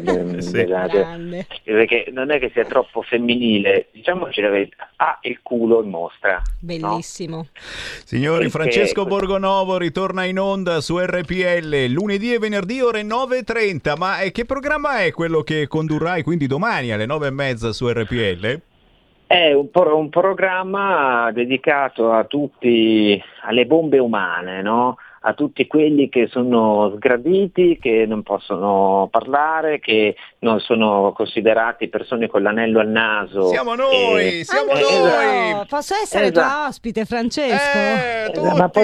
perché non è che sia troppo femminile, diciamoci la verità, ha il culo in mostra. Bellissimo, no? Signori, Francesco Borgonovo ritorna in onda su RPL lunedì e venerdì ore 9:30. Ma che programma è quello che condurrai quindi domani alle 9:30 su RPL? È un programma dedicato a tutti, alle bombe umane, no? A tutti quelli che sono sgraditi, che non possono parlare, che non sono considerati persone con l'anello al naso. Siamo noi! Posso essere tua ospite, Francesco?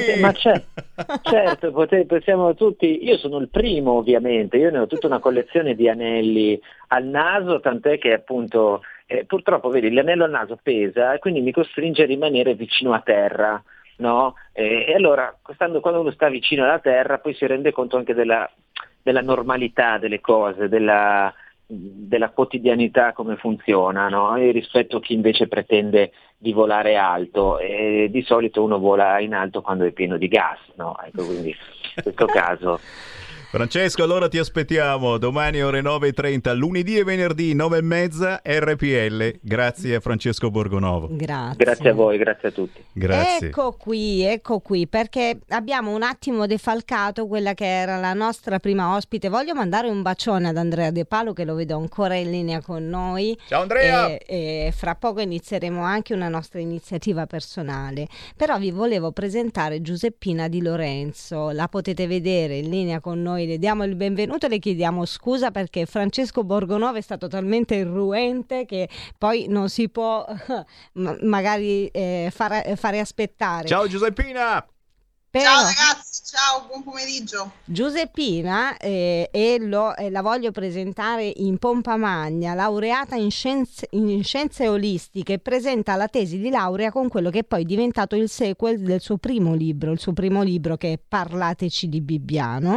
Certo, possiamo tutti. Io sono il primo, ovviamente, io ne ho tutta una collezione di anelli al naso, tant'è che appunto purtroppo vedi l'anello al naso pesa e quindi mi costringe a rimanere vicino a terra. No? E allora quando uno sta vicino alla terra poi si rende conto anche della normalità delle cose, della quotidianità, come funziona, no? E rispetto a chi invece pretende di volare alto, e di solito uno vola in alto quando è pieno di gas, no? Ecco, quindi in questo caso. Francesco, allora ti aspettiamo domani ore 9:30, lunedì e venerdì 9:30 RPL. Grazie a Francesco Borgonovo. Grazie a voi, grazie a tutti. Grazie. Ecco qui, perché abbiamo un attimo defalcato quella che era la nostra prima ospite. Voglio mandare un bacione ad Andrea De Palo, che lo vedo ancora in linea con noi. Ciao Andrea! E fra poco inizieremo anche una nostra iniziativa personale. Però vi volevo presentare Giuseppina Di Lorenzo. La potete vedere in linea con noi. Le diamo il benvenuto e le chiediamo scusa perché Francesco Borgonovo è stato talmente irruente che poi non si può magari fare aspettare. Ciao Giuseppina! Ciao ragazzi, ciao, buon pomeriggio. Giuseppina, la voglio presentare in pompa magna, laureata in scienze olistiche, presenta la tesi di laurea con quello che è poi diventato il sequel del suo primo libro, che è Parlateci di Bibbiano.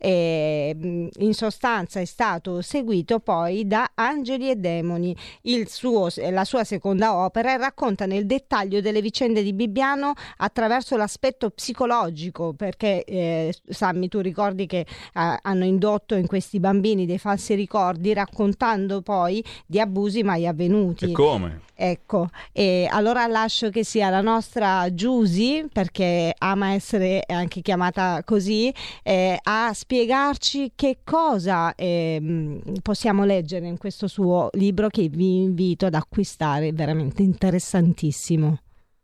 In sostanza è stato seguito poi da Angeli e Demoni, la sua seconda opera, e racconta nel dettaglio delle vicende di Bibbiano attraverso l'aspetto psicologico, perché Sammy, tu ricordi che hanno indotto in questi bambini dei falsi ricordi, raccontando poi di abusi mai avvenuti. E come? Ecco, e allora lascio che sia la nostra Giusy, perché ama essere anche chiamata così, a spiegarci che cosa possiamo leggere in questo suo libro, che vi invito ad acquistare, veramente interessantissimo.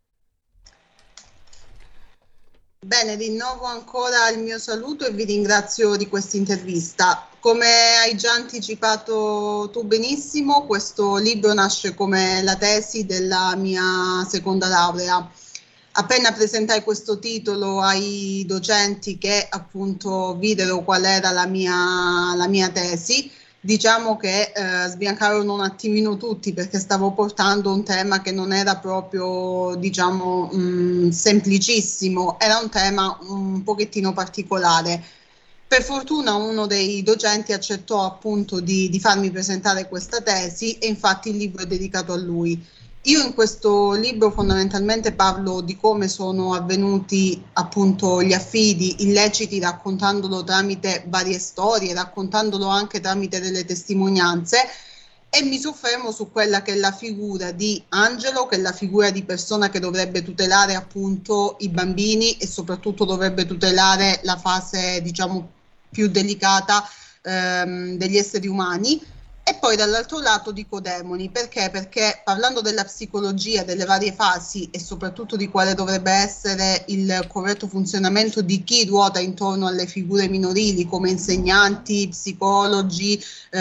Bene, rinnovo ancora il mio saluto e vi ringrazio di questa intervista. Come hai già anticipato tu benissimo, questo libro nasce come la tesi della mia seconda laurea. Appena presentai questo titolo ai docenti che appunto videro qual era la mia tesi, diciamo che sbiancarono un attimino tutti, perché stavo portando un tema che non era proprio, diciamo, semplicissimo, era un tema un pochettino particolare. Per fortuna uno dei docenti accettò appunto di farmi presentare questa tesi, e infatti il libro è dedicato a lui. Io in questo libro fondamentalmente parlo di come sono avvenuti appunto gli affidi illeciti, raccontandolo tramite varie storie, raccontandolo anche tramite delle testimonianze, e mi soffermo su quella che è la figura di Angelo, che è la figura di persona che dovrebbe tutelare appunto i bambini e soprattutto dovrebbe tutelare la fase, diciamo, più delicata degli esseri umani. E poi dall'altro lato dico demoni, perché? Perché parlando della psicologia, delle varie fasi e soprattutto di quale dovrebbe essere il corretto funzionamento di chi ruota intorno alle figure minorili come insegnanti, psicologi,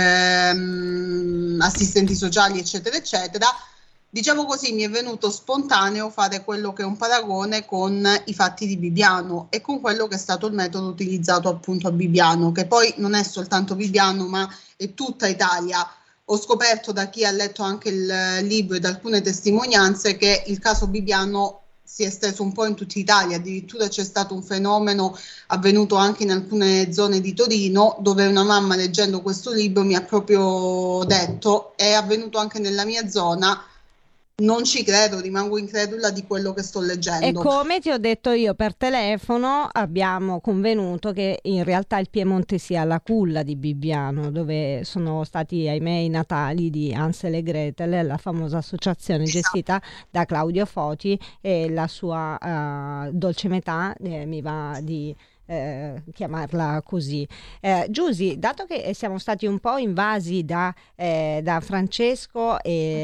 assistenti sociali, eccetera, eccetera, diciamo così, mi è venuto spontaneo fare quello che è un paragone con i fatti di Bibbiano e con quello che è stato il metodo utilizzato appunto a Bibbiano, che poi non è soltanto Bibbiano ma è tutta Italia. Ho scoperto da chi ha letto anche il libro e da alcune testimonianze che il caso Bibbiano si è esteso un po' in tutta Italia, addirittura c'è stato un fenomeno avvenuto anche in alcune zone di Torino, dove una mamma leggendo questo libro mi ha proprio detto: è avvenuto anche nella mia zona. Non ci credo, rimango incredula di quello che sto leggendo. E come ti ho detto io per telefono, abbiamo convenuto che in realtà il Piemonte sia la culla di Bibbiano, dove sono stati, ahimè, i Natali di Hansel e Gretel, la famosa associazione gestita da Claudio Foti, e la sua dolce metà, mi va di chiamarla così. Giusy, dato che siamo stati un po' invasi da Francesco,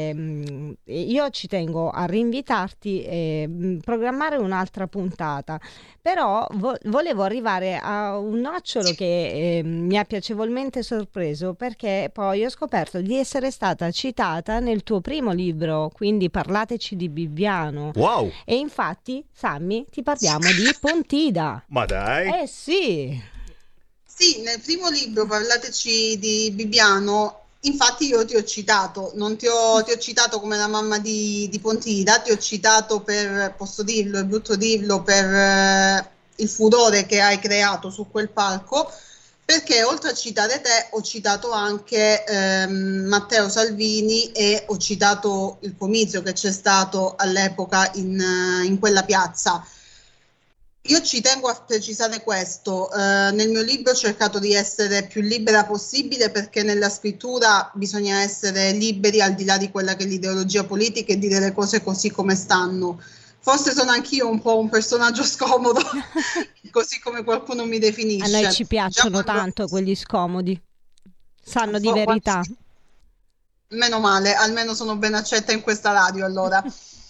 io ci tengo a rinvitarti e programmare un'altra puntata, però volevo arrivare a un nocciolo che mi ha piacevolmente sorpreso, perché poi ho scoperto di essere stata citata nel tuo primo libro, quindi Parlateci di Bibbiano. Wow! E infatti, Sammy, ti parliamo di Pontida. Ma dai! Sì, nel primo libro Parlateci di Bibbiano, infatti io ti ho citato, non ti ho citato come la mamma di Pontida, ti ho citato per, posso dirlo, è brutto dirlo, per il furore che hai creato su quel palco, perché oltre a citare te ho citato anche Matteo Salvini e ho citato il comizio che c'è stato all'epoca in quella piazza. Io ci tengo a precisare questo, nel mio libro ho cercato di essere più libera possibile, perché nella scrittura bisogna essere liberi al di là di quella che è l'ideologia politica e dire le cose così come stanno. Forse sono anch'io un po' un personaggio scomodo, così come qualcuno mi definisce. A noi ci piacciono tanto quelli scomodi, sanno di verità. Meno male, almeno sono ben accetta in questa radio allora.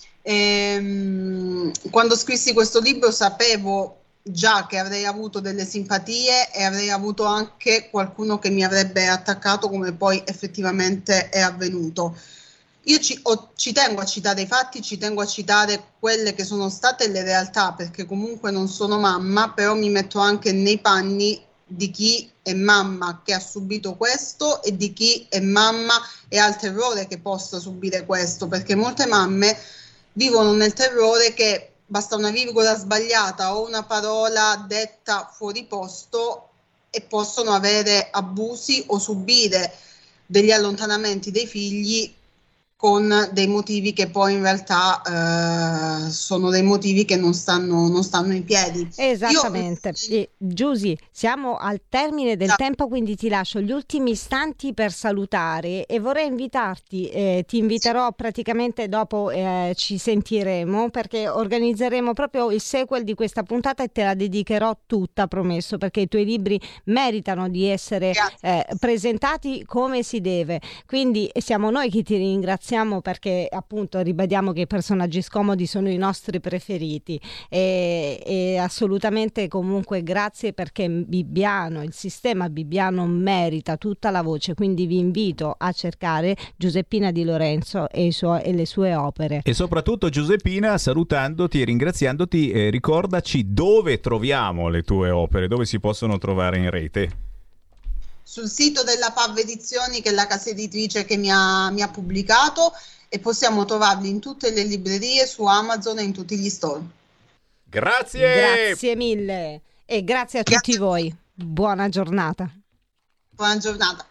Quando scrissi questo libro sapevo già che avrei avuto delle simpatie e avrei avuto anche qualcuno che mi avrebbe attaccato, come poi effettivamente è avvenuto. Io ci tengo a citare i fatti, ci tengo a citare quelle che sono state le realtà, perché comunque non sono mamma, però mi metto anche nei panni di chi è mamma che ha subito questo e di chi è mamma e ha il terrore che possa subire questo, perché molte mamme vivono nel terrore che basta una virgola sbagliata o una parola detta fuori posto e possono avere abusi o subire degli allontanamenti dei figli con dei motivi che poi in realtà sono dei motivi che non stanno in piedi. Esattamente. Giusy, siamo al termine del tempo, quindi ti lascio gli ultimi istanti per salutare e vorrei invitarti, ti inviterò praticamente dopo, ci sentiremo, perché organizzeremo proprio il sequel di questa puntata e te la dedicherò tutta, promesso, perché i tuoi libri meritano di essere presentati come si deve. Quindi siamo noi che ti ringraziamo, perché appunto ribadiamo che i personaggi scomodi sono i nostri preferiti e assolutamente comunque grazie, perché Bibbiano, il sistema Bibbiano merita tutta la voce, quindi vi invito a cercare Giuseppina Di Lorenzo e le sue opere. E soprattutto Giuseppina, salutandoti e ringraziandoti, ricordaci dove troviamo le tue opere, dove si possono trovare in rete. sul sito della PAV Edizioni, che è la casa editrice che mi ha pubblicato, e possiamo trovarli in tutte le librerie, su Amazon e in tutti gli store. Grazie mille e grazie a tutti voi. Buona giornata. Buona giornata.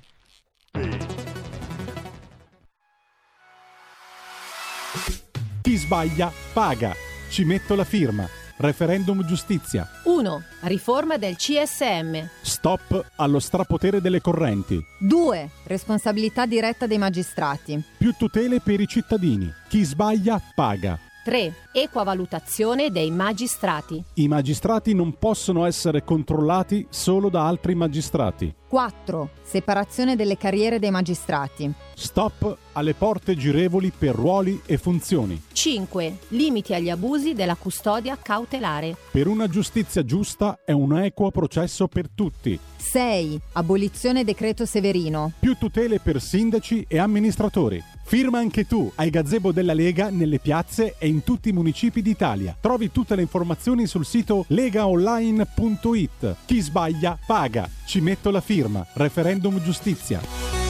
Chi sbaglia paga. Ci metto la firma. Referendum giustizia. 1. Riforma del CSM. Stop allo strapotere delle correnti. 2. Responsabilità diretta dei magistrati. Più tutele per i cittadini. Chi sbaglia paga. 3. Equa valutazione dei magistrati. I magistrati non possono essere controllati solo da altri magistrati. 4. Separazione delle carriere dei magistrati. Stop alle porte girevoli per ruoli e funzioni. 5. Limiti agli abusi della custodia cautelare. Per una giustizia giusta e un equo processo per tutti. 6. Abolizione decreto Severino. Più tutele per sindaci e amministratori. Firma anche tu ai gazebo della Lega nelle piazze e in tutti i municipi d'Italia. Trovi tutte le informazioni sul sito legaonline.it. Chi sbaglia paga. Ci metto la firma. Referendum giustizia.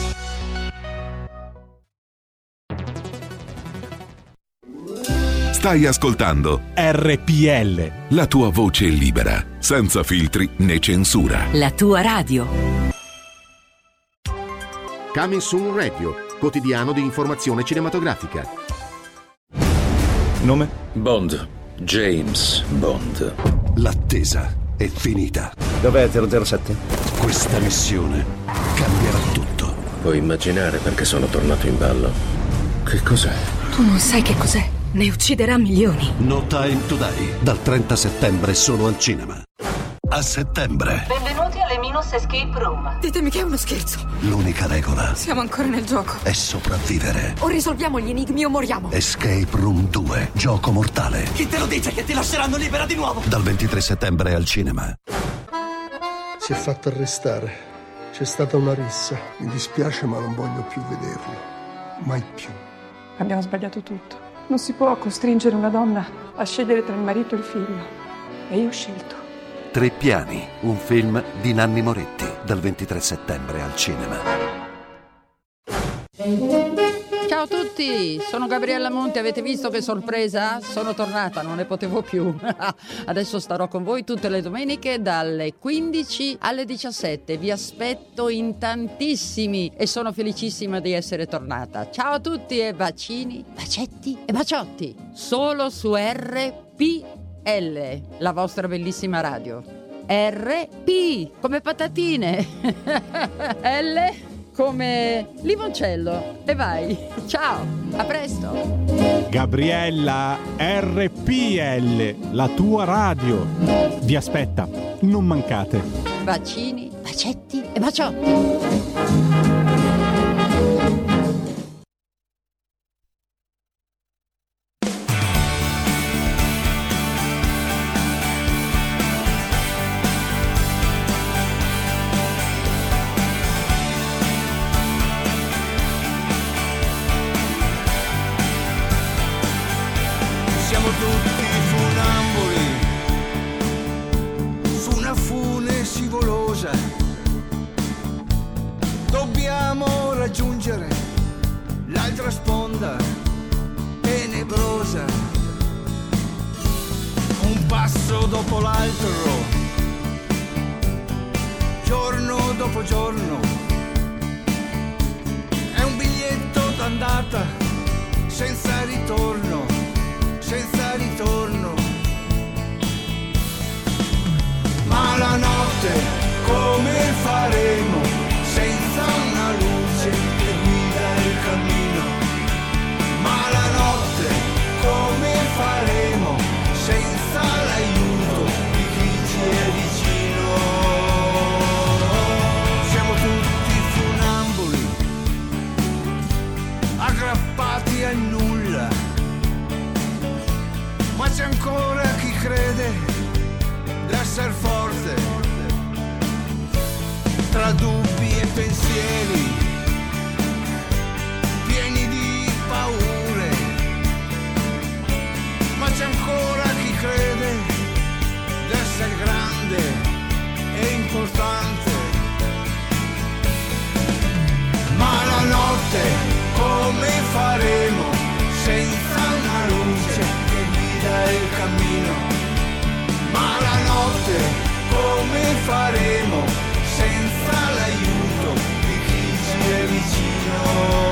Stai ascoltando RPL. La tua voce libera, senza filtri né censura. La tua radio. Coming Soon Radio, quotidiano di informazione cinematografica. Nome? Bond. James Bond. L'attesa è finita. Dov'è 007? Questa missione cambierà tutto. Puoi immaginare perché sono tornato in ballo. Che cos'è? Tu non sai che cos'è. Ne ucciderà milioni. No Time to Die, dal 30 settembre solo al cinema. A settembre. Benvenuti alle Minus Escape Room. Ditemi che è uno scherzo. L'unica regola. Siamo ancora nel gioco. È sopravvivere. O risolviamo gli enigmi o moriamo. Escape Room 2, gioco mortale. Chi te lo dice che ti lasceranno libera di nuovo? Dal 23 settembre al cinema. Si è fatto arrestare. C'è stata una rissa. Mi dispiace, ma non voglio più vederlo. Mai più. Abbiamo sbagliato tutto. Non si può costringere una donna a scegliere tra il marito e il figlio. E io ho scelto. Tre piani, un film di Nanni Moretti, dal 23 settembre al cinema. Ciao a tutti, sono Gabriella Monti, avete visto che sorpresa? Sono tornata, non ne potevo più. Adesso starò con voi tutte le domeniche dalle 15 alle 17. Vi aspetto in tantissimi e sono felicissima di essere tornata. Ciao a tutti e bacini, bacetti e baciotti. Solo su RPL, la vostra bellissima radio. RP come patatine. L come limoncello. E vai. Ciao, a presto. Gabriella, RPL, la tua radio. Vi aspetta, non mancate. Bacini, bacetti e baciotti. L'altra sponda tenebrosa, un passo dopo l'altro, giorno dopo giorno, è un biglietto d'andata senza ritorno, senza ritorno. Ma la notte come faremo senza una luce che guida il cammino? Ma la notte come faremo senza l'aiuto di chi ci è vicino? Siamo tutti funamboli, aggrappati al nulla, ma c'è ancora chi crede d'esser forte, tra dubbi e pensieri pieni di paure, ma c'è ancora chi crede d'essere grande e importante. faremo senza l'aiuto di chi ci è vicino?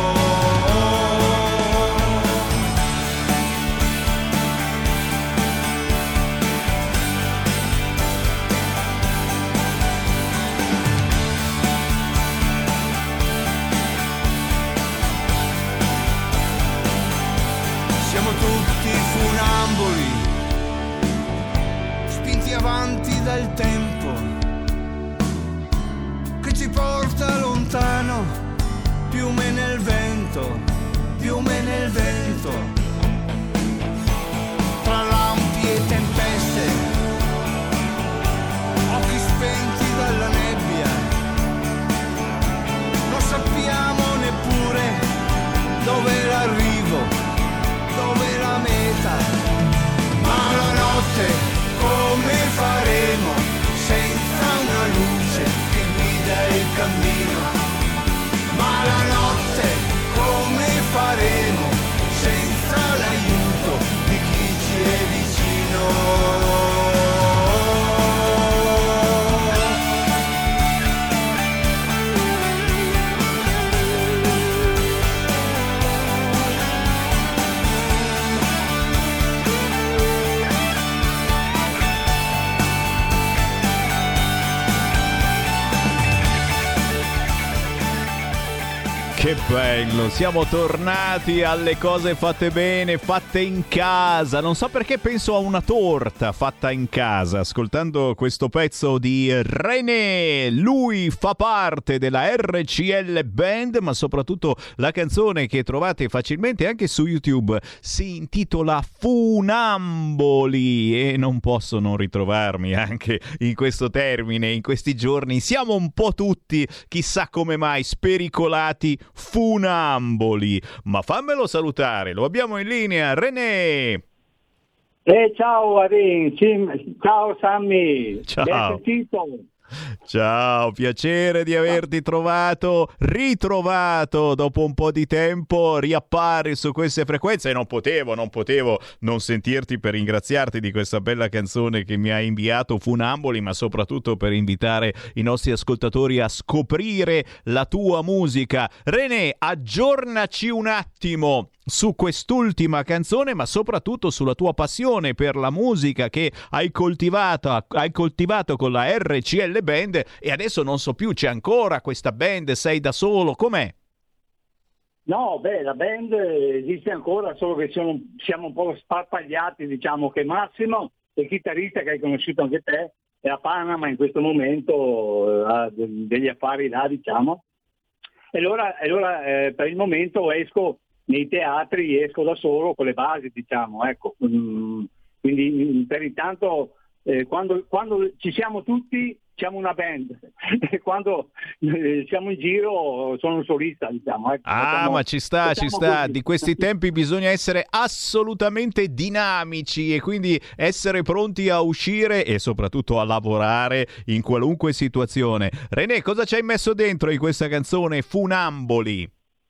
Siamo tutti funamboli, spinti avanti dal tempo che ci porta lontano, piume nel vento, piume nel vento, tra lampi e tempeste, occhi spenti dalla nebbia, non sappiamo neppure dove l'arrivo, dove la meta, ma la notte come faremo senza una luce che guida il cammino? Ma la notte come faremo senza l'aiuto di chi ci è vicino? Che bello, siamo tornati alle cose fatte bene, fatte in casa. Non so perché penso a una torta fatta in casa, ascoltando questo pezzo di René. Lui fa parte della RCL Band, ma soprattutto la canzone che trovate facilmente anche su YouTube si intitola Funamboli, e non posso non ritrovarmi anche in questo termine. In questi giorni siamo un po' tutti, chissà come mai, spericolati funamboli. Ma fammelo salutare, lo abbiamo in linea, René. Ciao Arin, ciao Sammy. Ciao. Ben sentito. Ciao, piacere di averti ritrovato dopo un po' di tempo, riappari su queste frequenze e non potevo non sentirti per ringraziarti di questa bella canzone che mi hai inviato, Funamboli, ma soprattutto per invitare i nostri ascoltatori a scoprire la tua musica. René, aggiornaci un attimo su quest'ultima canzone, ma soprattutto sulla tua passione per la musica che hai coltivato con la RCL Band, e adesso non so più, c'è ancora questa band, sei da solo, com'è? No, la band esiste ancora, solo che siamo un po' sparpagliati, diciamo che Massimo, il chitarrista che hai conosciuto anche te, è a Panama in questo momento, ha degli affari là, diciamo, e allora per il momento esco nei teatri, esco da solo con le basi, diciamo, ecco. Quindi per intanto quando ci siamo tutti siamo una band e quando siamo in giro sono un solista, diciamo, ecco. Ma ci sta. Di questi tempi bisogna essere assolutamente dinamici e quindi essere pronti a uscire e soprattutto a lavorare in qualunque situazione. René, cosa ci hai messo dentro in questa canzone Funamboli?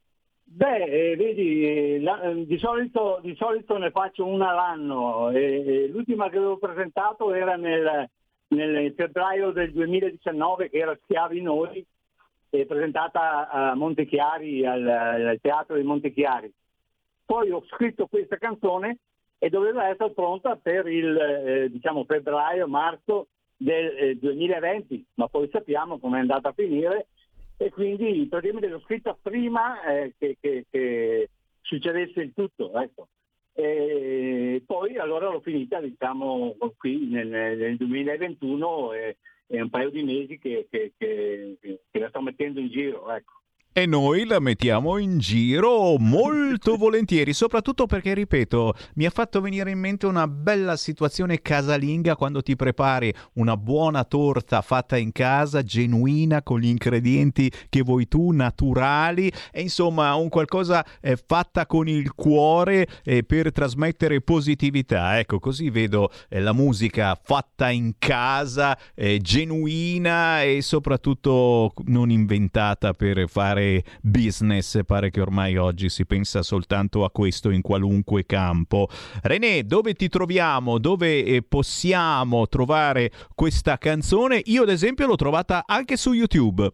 Vedi, di solito ne faccio una all'anno, l'ultima che avevo presentato era nel febbraio del 2019, che era Schiavi Noi, presentata a Montechiari, al teatro di Montechiari. Poi ho scritto questa canzone e doveva essere pronta per il febbraio-marzo del 2020, ma poi sappiamo come è andata a finire. E quindi praticamente l'ho scritta prima che succedesse il tutto, ecco. E poi allora l'ho finita, diciamo, qui nel 2021, e un paio di mesi che la sto mettendo in giro, ecco. E noi la mettiamo in giro molto volentieri, soprattutto perché, ripeto, mi ha fatto venire in mente una bella situazione casalinga quando ti prepari una buona torta fatta in casa, genuina, con gli ingredienti che vuoi tu, naturali, e insomma un qualcosa fatta con il cuore per trasmettere positività. Ecco, così vedo la musica fatta in casa, genuina e soprattutto non inventata per fare fare business. Pare che ormai oggi si pensa soltanto a questo in qualunque campo. René, dove ti troviamo? Dove possiamo trovare questa canzone? Io ad esempio l'ho trovata anche su YouTube.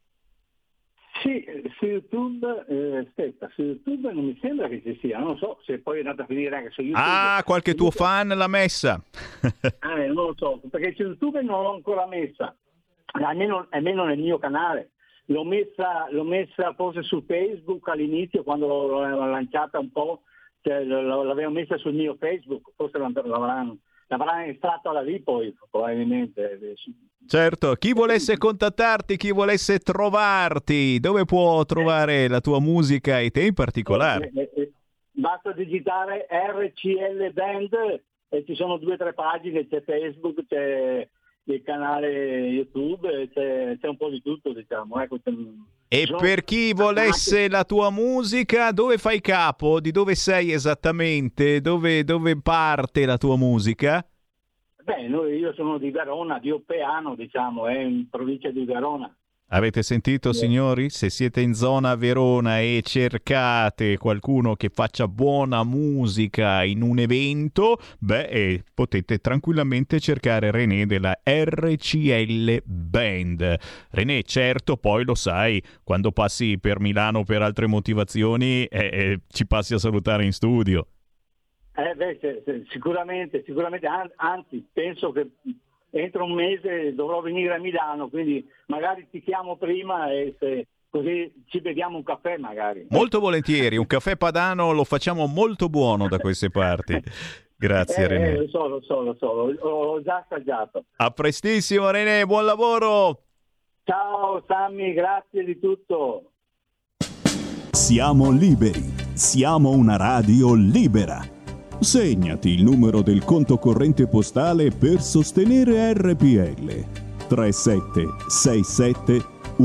Sì, su YouTube, su YouTube non mi sembra che ci sia, non so se poi è andata a finire anche su YouTube. Ah, qualche tuo fan l'ha messa. Non lo so, perché su YouTube non l'ho ancora messa, almeno nel mio canale. L'ho messa forse su Facebook all'inizio, quando l'ho lanciata un po', cioè, l'avevo messa sul mio Facebook, forse l'avranno estratta da lì poi, probabilmente. Certo, chi volesse contattarti, chi volesse trovarti, dove può trovare la tua musica e te in particolare? Basta digitare RCL Band e ci sono 2 o 3 pagine, c'è Facebook, c'è il canale YouTube, c'è un po' di tutto, diciamo. E per chi volesse la tua musica, dove fai capo? Di dove sei esattamente? Dove parte la tua musica? Io sono di Verona, di Oppeano, diciamo, in provincia di Verona. Avete sentito, signori? Se siete in zona Verona e cercate qualcuno che faccia buona musica in un evento, potete tranquillamente cercare René della RCL Band. René, certo, poi lo sai, quando passi per Milano per altre motivazioni, ci passi a salutare in studio. Sicuramente, anzi, penso che entro un mese dovrò venire a Milano, quindi magari ti chiamo prima e così ci beviamo un caffè magari. Molto volentieri, un caffè padano lo facciamo molto buono da queste parti. Grazie René. Lo so, ho già assaggiato. A prestissimo René, buon lavoro! Ciao Sammy, grazie di tutto. Siamo liberi, siamo una radio libera. Segnati il numero del conto corrente postale per sostenere RPL. 3767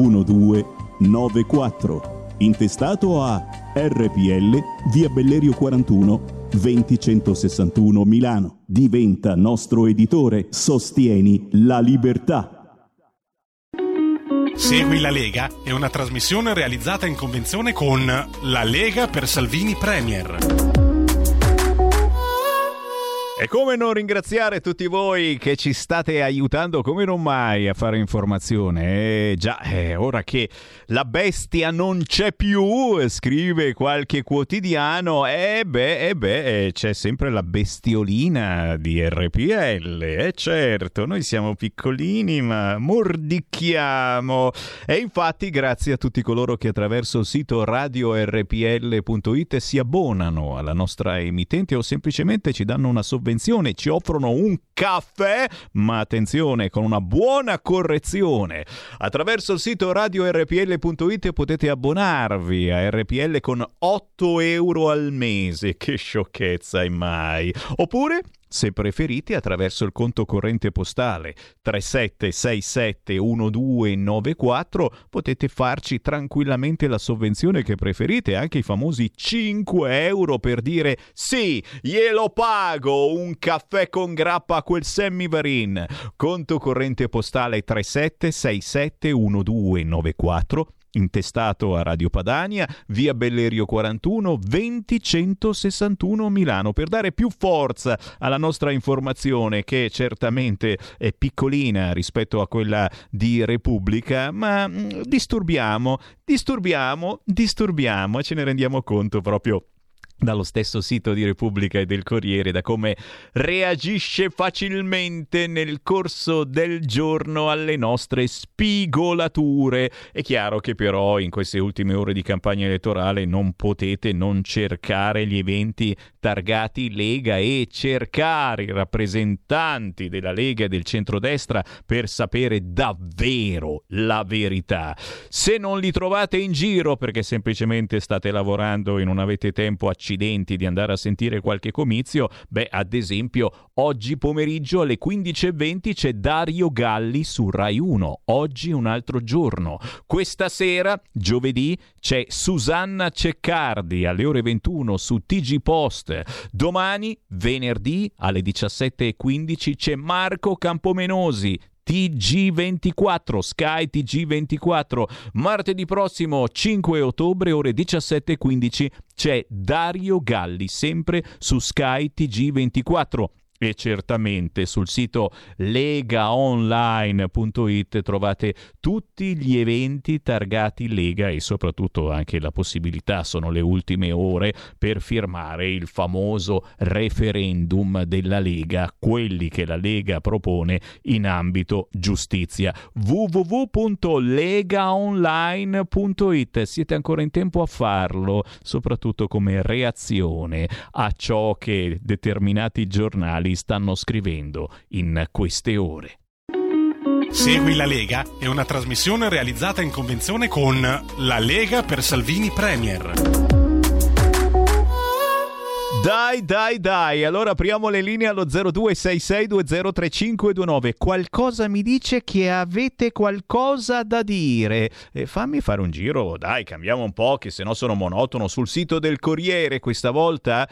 1294. Intestato a RPL, via Bellerio 41, 20161 Milano. Diventa nostro editore. Sostieni la libertà. Segui la Lega è una trasmissione realizzata in convenzione con La Lega per Salvini Premier. E come non ringraziare tutti voi che ci state aiutando come non mai a fare informazione. Ora che la bestia non c'è più, scrive qualche quotidiano, c'è sempre la bestiolina di RPL. Certo, noi siamo piccolini ma mordicchiamo. E infatti grazie a tutti coloro che attraverso il sito radiorpl.it si abbonano alla nostra emittente o semplicemente ci danno una sovvenzione, ci offrono un caffè, ma attenzione, con una buona correzione. Attraverso il sito radiorpl.it potete abbonarvi a RPL con 8 euro al mese. Che sciocchezza, mai. Oppure, se preferite, attraverso il conto corrente postale 37671294 potete farci tranquillamente la sovvenzione che preferite, anche i famosi 5 euro per dire sì, glielo pago un caffè con grappa a quel Sammy Varin. Conto corrente postale 37671294, intestato a Radio Padania, via Bellerio 41, 20161 Milano, per dare più forza alla nostra informazione, che certamente è piccolina rispetto a quella di Repubblica, ma disturbiamo e ce ne rendiamo conto proprio dallo stesso sito di Repubblica e del Corriere, da come reagisce facilmente nel corso del giorno alle nostre spigolature. È chiaro che però in queste ultime ore di campagna elettorale non potete non cercare gli eventi targati Lega e cercare i rappresentanti della Lega e del centrodestra per sapere davvero la verità. Se non li trovate in giro perché semplicemente state lavorando e non avete tempo accidenti di andare a sentire qualche comizio, ad esempio oggi pomeriggio alle 15:20 c'è Dario Galli su Rai 1, oggi un altro giorno. Questa sera, giovedì, c'è Susanna Ceccardi alle ore 21 su TG Post. Domani, venerdì, alle 17:15 c'è Marco Campomenosi, TG24, Sky TG24. Martedì prossimo 5 ottobre ore 17:15 c'è Dario Galli, sempre su Sky TG24. E certamente sul sito legaonline.it trovate tutti gli eventi targati Lega e soprattutto anche la possibilità, sono le ultime ore, per firmare il famoso referendum della Lega, quelli che la Lega propone in ambito giustizia. www.legaonline.it. Siete ancora in tempo a farlo, soprattutto come reazione a ciò che determinati giornali stanno scrivendo in queste ore. Segui la Lega è una trasmissione realizzata in convenzione con La Lega per Salvini Premier. Dai, allora apriamo le linee allo 0266203529. Qualcosa mi dice che avete qualcosa da dire. Fammi fare un giro, dai, cambiamo un po', che sennò sono monotono. Sul sito del Corriere questa volta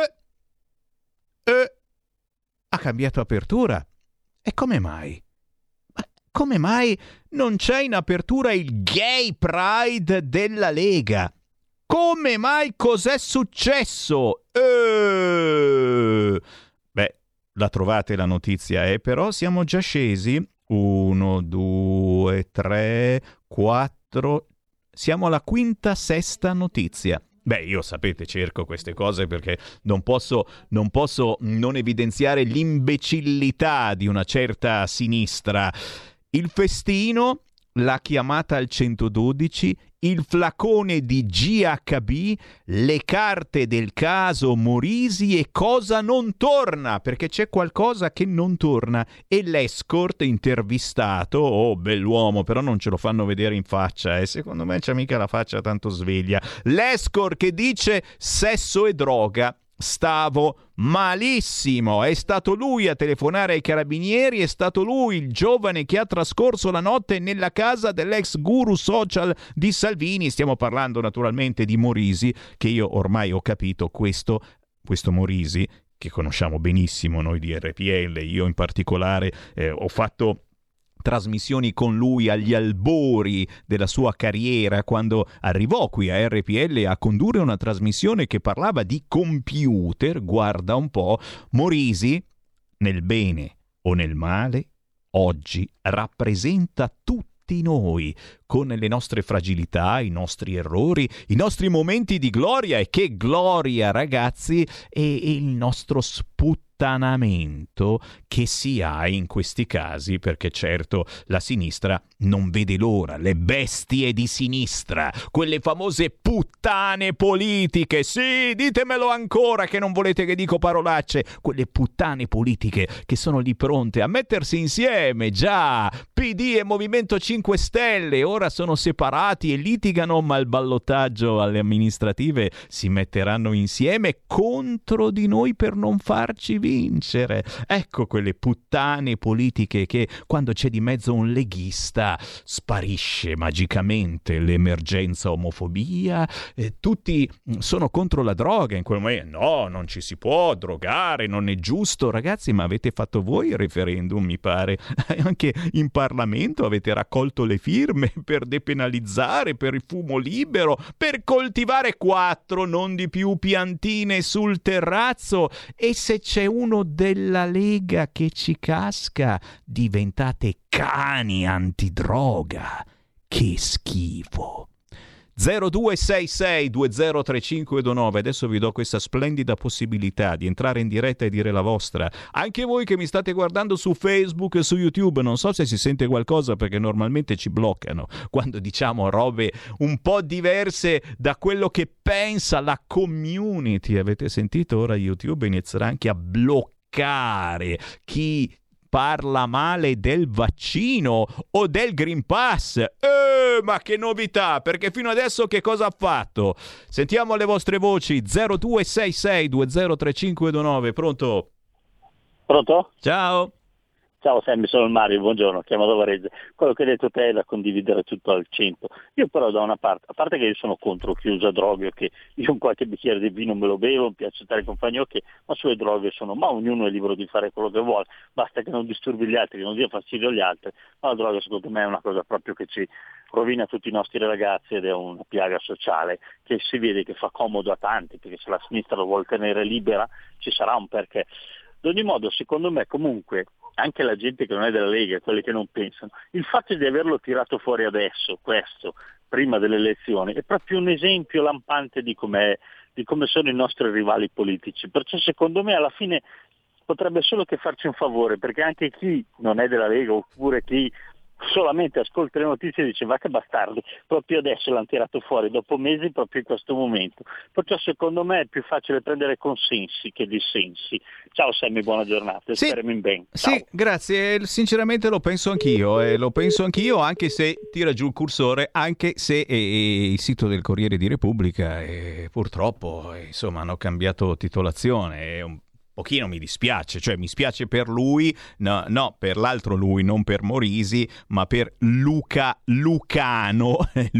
ha cambiato apertura. E come mai? Come mai non c'è in apertura il Gay Pride della Lega? Come mai? Cos'è successo? Beh, la trovate la notizia, però siamo già scesi. 1, 2, 3, 4. Siamo alla quinta, sesta notizia. Beh, io sapete, cerco queste cose perché non posso non evidenziare l'imbecillità di una certa sinistra. Il festino, la chiamata al 112, il flacone di GHB, le carte del caso Morisi e cosa non torna, perché c'è qualcosa che non torna, e l'escort intervistato, oh bell'uomo, però non ce lo fanno vedere in faccia, secondo me c'è mica la faccia tanto sveglia, l'escort che dice sesso e droga. Stavo malissimo, è stato lui a telefonare ai carabinieri, è stato lui il giovane che ha trascorso la notte nella casa dell'ex guru social di Salvini. Stiamo parlando naturalmente di Morisi, che io ormai ho capito, questo Morisi, che conosciamo benissimo noi di RPL, io in particolare ho fatto trasmissioni con lui agli albori della sua carriera, quando arrivò qui a RPL a condurre una trasmissione che parlava di computer. Guarda un po', Morisi, nel bene o nel male, oggi rappresenta tutti noi, con le nostre fragilità, i nostri errori, i nostri momenti di gloria, e che gloria, ragazzi, e il nostro sputtanamento che si ha in questi casi, perché certo la sinistra non vede l'ora, le bestie di sinistra, quelle famose puttane politiche, sì, ditemelo ancora che non volete che dico parolacce, quelle puttane politiche che sono lì pronte a mettersi insieme, già, PD e Movimento 5 Stelle, ora sono separati e litigano, ma al ballottaggio alle amministrative si metteranno insieme contro di noi per non farci vincere. Ecco quelle puttane politiche che quando c'è di mezzo un leghista sparisce magicamente l'emergenza omofobia, tutti sono contro la droga in quel momento, no, non ci si può drogare, non è giusto. Ragazzi, ma avete fatto voi il referendum, mi pare, anche in Parlamento avete raccolto le firme per depenalizzare, per il fumo libero, per coltivare 4, non di più, piantine sul terrazzo, e se c'è uno della Lega che ci casca, diventate cani antidroga. Che schifo. 0266203529. Adesso vi do questa splendida possibilità di entrare in diretta e dire la vostra. Anche voi che mi state guardando su Facebook e su YouTube, non so se si sente qualcosa perché normalmente ci bloccano quando diciamo robe un po' diverse da quello che pensa la community. Avete sentito? Ora YouTube inizierà anche a bloccare chi parla male del vaccino o del Green Pass. Ma che novità, perché fino adesso che cosa ha fatto? Sentiamo le vostre voci. 0266203529. Pronto? Pronto? Ciao. Ciao Sammy, sono il Mario, buongiorno, chiamo da Varese. Quello che hai detto te è da condividere tutto al 100. Io però da una parte, a parte che io sono contro chi usa droghe, che io un qualche bicchiere di vino me lo bevo, mi piace stare in compagnia, ma sulle droghe ma ognuno è libero di fare quello che vuole, basta che non disturbi gli altri, che non dia fastidio agli altri, ma la droga secondo me è una cosa proprio che ci rovina tutti i nostri ragazzi ed è una piaga sociale che si vede che fa comodo a tanti, perché se la sinistra lo vuole tenere libera ci sarà un perché. Ad ogni modo, secondo me comunque, anche la gente che non è della Lega, quelli che non pensano, il fatto di averlo tirato fuori adesso, questo, prima delle elezioni, è proprio un esempio lampante di come sono i nostri rivali politici. Perciò secondo me alla fine potrebbe solo che farci un favore, perché anche chi non è della Lega oppure chi solamente ascolta le notizie e dice va che bastardi, proprio adesso l'hanno tirato fuori, dopo mesi, proprio in questo momento. Perciò secondo me è più facile prendere consensi che dissensi. Ciao Sammy, buona giornata, speriamo in bene. Ciao. Sì, grazie, sinceramente lo penso anch'io, anche se tira giù il cursore, anche se il sito del Corriere di Repubblica purtroppo insomma hanno cambiato titolazione, è un pochino mi dispiace, cioè mi spiace per lui, no, per l'altro lui, non per Morisi, ma per Lucano,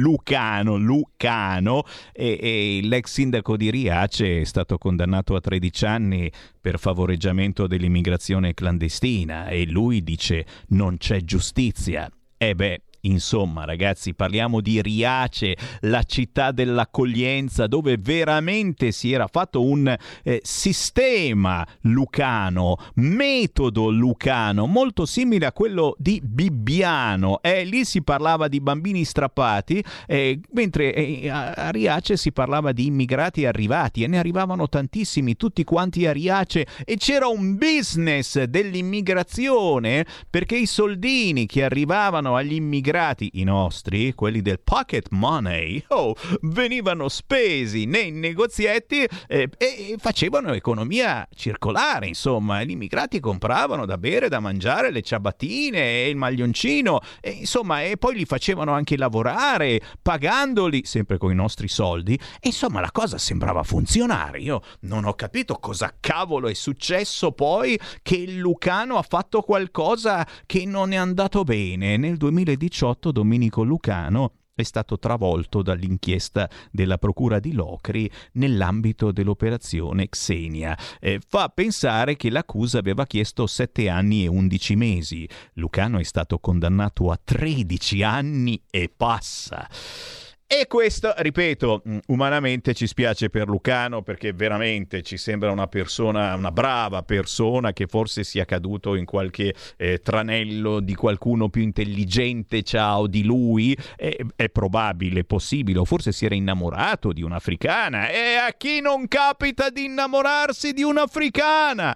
e l'ex sindaco di Riace è stato condannato a 13 anni per favoreggiamento dell'immigrazione clandestina e lui dice non c'è giustizia. Insomma, ragazzi, parliamo di Riace, la città dell'accoglienza, dove veramente si era fatto un sistema lucano, metodo lucano, molto simile a quello di Bibbiano. Lì si parlava di bambini strappati, mentre a Riace si parlava di immigrati arrivati, e ne arrivavano tantissimi, tutti quanti a Riace, e c'era un business dell'immigrazione, perché i soldini che arrivavano agli immigrati, i nostri, quelli del pocket money, venivano spesi nei negozietti e facevano economia circolare, insomma. Gli immigrati compravano da bere, da mangiare, le ciabattine e il maglioncino, e poi li facevano anche lavorare, pagandoli sempre con i nostri soldi, e insomma la cosa sembrava funzionare. Io non ho capito cosa cavolo è successo poi, che il lucano ha fatto qualcosa che non è andato bene. Nel 2018 Domenico Lucano è stato travolto dall'inchiesta della procura di Locri nell'ambito dell'operazione Xenia. Fa pensare che l'accusa aveva chiesto 7 anni e 11 mesi. Lucano è stato condannato a 13 anni e passa. E questo, ripeto, umanamente ci spiace per Lucano, perché veramente ci sembra una brava persona, che forse sia caduto in qualche tranello di qualcuno più intelligente di lui, è probabile, possibile, o forse si era innamorato di un'africana, e a chi non capita di innamorarsi di un'africana?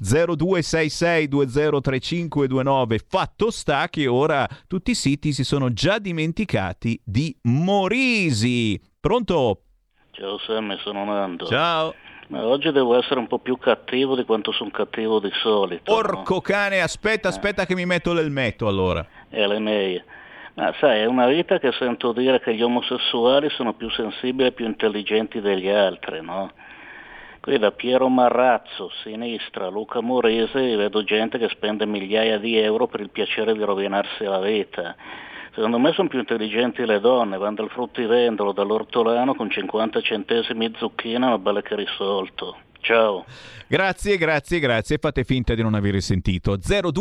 0266203529. Fatto sta che ora tutti i siti si sono già dimenticati di Morisi. Pronto? Ciao Sammy, sono Nando. Ciao. Ma oggi devo essere un po' più cattivo di quanto sono cattivo di solito. Porco cane, aspetta che mi metto l'elmetto allora. Le mie. Ma sai, è una vita che sento dire che gli omosessuali sono più sensibili e più intelligenti degli altri, no? Qui da Piero Marrazzo, sinistra, Luca Morese, vedo gente che spende migliaia di euro per il piacere di rovinarsi la vita. Secondo me sono più intelligenti le donne, vanno dal fruttivendolo, dall'ortolano, con 50 centesimi zucchina, una bella che risolto. Ciao. Grazie, fate finta di non aver sentito.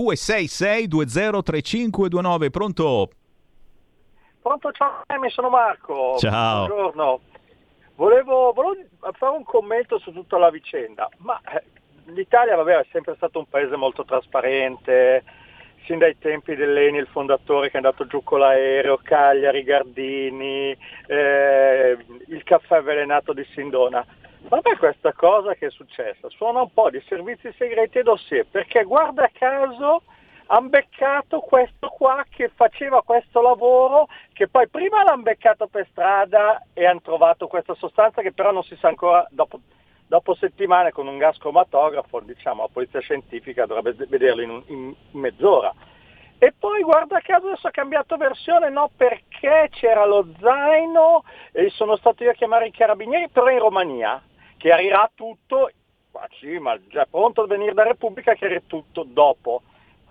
0266203529. Pronto? Pronto, ciao, sono Marco. Ciao. Buongiorno. Volevo fare un commento su tutta la vicenda, ma l'Italia è sempre stato un paese molto trasparente, sin dai tempi dell'ENI, il fondatore che è andato giù con l'aereo, Cagliari, Gardini, il caffè avvelenato di Sindona. Ma a me questa cosa che è successa suona un po' di servizi segreti e dossier, perché guarda caso hanno beccato questo qua che faceva questo lavoro, che poi prima l'hanno beccato per strada e hanno trovato questa sostanza che però non si sa ancora, dopo settimane, con un gas cromatografo, diciamo, la polizia scientifica dovrebbe vederlo in mezz'ora. E poi guarda caso adesso ha cambiato versione, no, perché c'era lo zaino e sono stato io a chiamare i carabinieri, però in Romania, che arriverà tutto, ma sì, ma già pronto a venire da Repubblica, che era tutto dopo.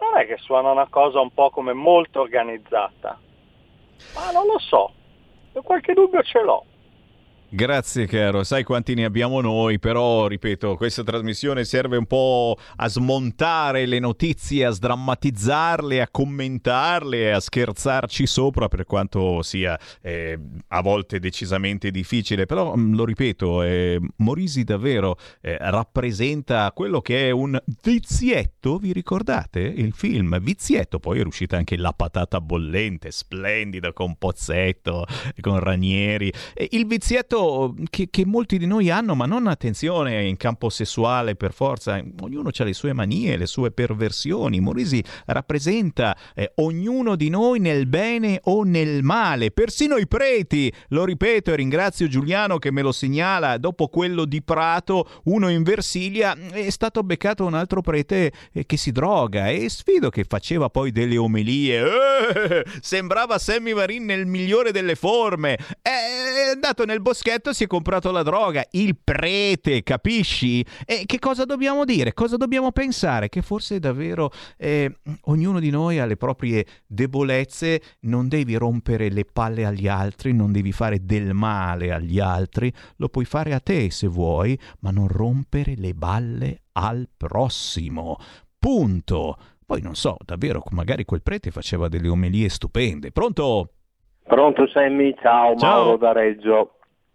non è che suona una cosa un po' come molto organizzata? Ma non lo so, qualche dubbio ce l'ho. Grazie caro, sai quanti ne abbiamo noi, però ripeto, questa trasmissione serve un po' a smontare le notizie, a sdrammatizzarle, a commentarle, a scherzarci sopra, per quanto sia a volte decisamente difficile, però lo ripeto, Morisi davvero rappresenta quello che è un vizietto, vi ricordate? Il film Vizietto, poi è uscita anche La patata bollente, splendida, con Pozzetto, con Ranieri, il vizietto che molti di noi hanno, ma non, attenzione, in campo sessuale per forza, ognuno ha le sue manie, le sue perversioni. Morisi rappresenta ognuno di noi nel bene o nel male, persino i preti, lo ripeto, e ringrazio Giuliano che me lo segnala. Dopo quello di Prato, uno in Versilia, è stato beccato un altro prete che si droga, e sfido che faceva poi delle omelie, sembrava Sammy Varin nel migliore delle forme, è andato nel boschetto, si è comprato la droga, il prete, capisci? E che cosa dobbiamo dire? Cosa dobbiamo pensare? Che forse davvero ognuno di noi ha le proprie debolezze, non devi rompere le palle agli altri, non devi fare del male agli altri, lo puoi fare a te se vuoi, ma non rompere le balle al prossimo. Punto. Poi non so, davvero, magari quel prete faceva delle omelie stupende. Pronto? Pronto Sammy, ciao. Mauro da Reggio.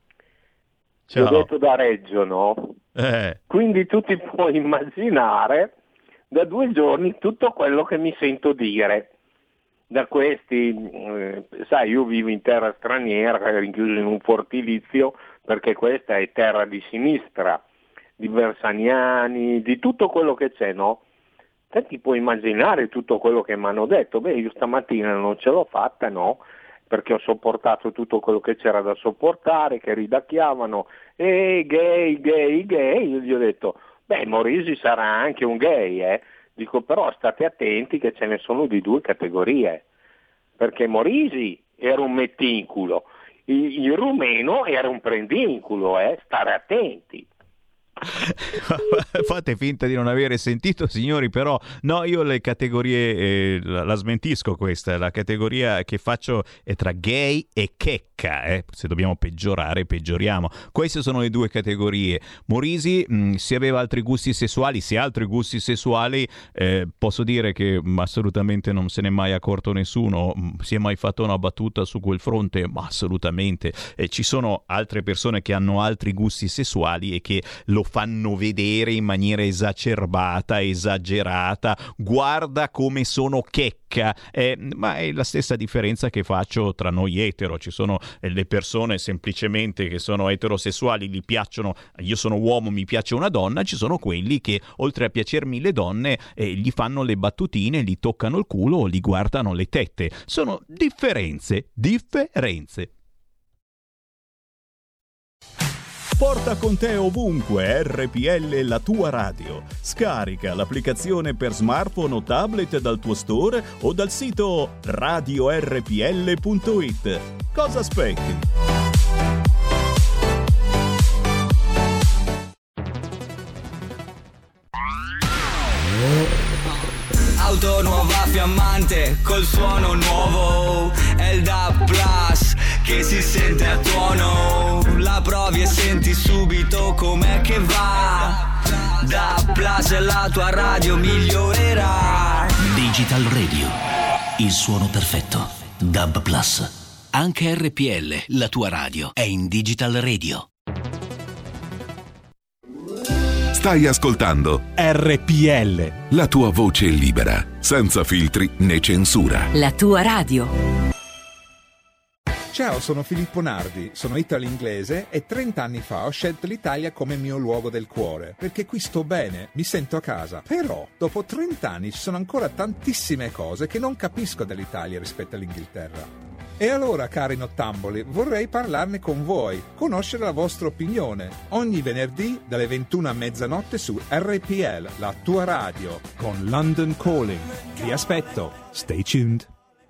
Ti ho detto da Reggio, no? Quindi tu ti puoi immaginare da 2 giorni tutto quello che mi sento dire. Da questi, sai, io vivo in terra straniera, rinchiuso in un fortilizio, perché questa è terra di sinistra, di bersaniani, di tutto quello che c'è, no? Te ti puoi immaginare tutto quello che mi hanno detto. Beh, io stamattina non ce l'ho fatta, no? Perché ho sopportato tutto quello che c'era da sopportare, che ridacchiavano, gay. Io gli ho detto, beh, Morisi sarà anche un gay, Dico, però state attenti che ce ne sono di 2 categorie, perché Morisi era un mettinculo, il rumeno era un prendinculo, stare attenti. Fate finta di non avere sentito, signori, però no, io le categorie la smentisco. Questa la categoria che faccio è tra gay e checca, se dobbiamo peggiorare peggioriamo. Queste sono le 2 categorie. Morisi, se aveva altri gusti sessuali, se ha altri gusti sessuali, posso dire che assolutamente non se n'è mai accorto nessuno. Si è mai fatto una battuta su quel fronte? Ma assolutamente. Ci sono altre persone che hanno altri gusti sessuali e che lo fanno vedere in maniera esacerbata, esagerata. Guarda come sono checca, ma è la stessa differenza che faccio tra noi etero. Ci sono le persone semplicemente che sono eterosessuali, gli piacciono, io sono uomo, mi piace una donna. Ci sono quelli che oltre a piacermi le donne gli fanno le battutine, gli toccano il culo o gli guardano le tette. Sono differenze. Porta con te ovunque RPL, la tua radio. Scarica l'applicazione per smartphone o tablet dal tuo store o dal sito radiorpl.it. Cosa aspetti? Auto nuova fiammante col suono nuovo, è il DAB Plus che si sente a tuono. La provi e senti subito com'è che va. DAB Plus, la tua radio migliorerà. Digital Radio, il suono perfetto. DAB Plus. Anche RPL, la tua radio, è in Digital Radio. Stai ascoltando RPL, la tua voce libera, senza filtri né censura. La tua radio. Ciao, sono Filippo Nardi, sono italo-inglese e 30 anni fa ho scelto l'Italia come mio luogo del cuore, perché qui sto bene, mi sento a casa. Però, dopo 30 anni ci sono ancora tantissime cose che non capisco dell'Italia rispetto all'Inghilterra. E allora, cari nottamboli, vorrei parlarne con voi, conoscere la vostra opinione. Ogni venerdì dalle 21 a mezzanotte su RPL, la tua radio, con London Calling. Vi aspetto. Stay tuned.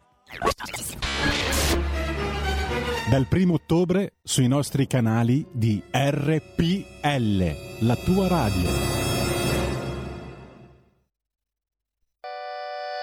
Dal 1° ottobre sui nostri canali di RPL, la tua radio.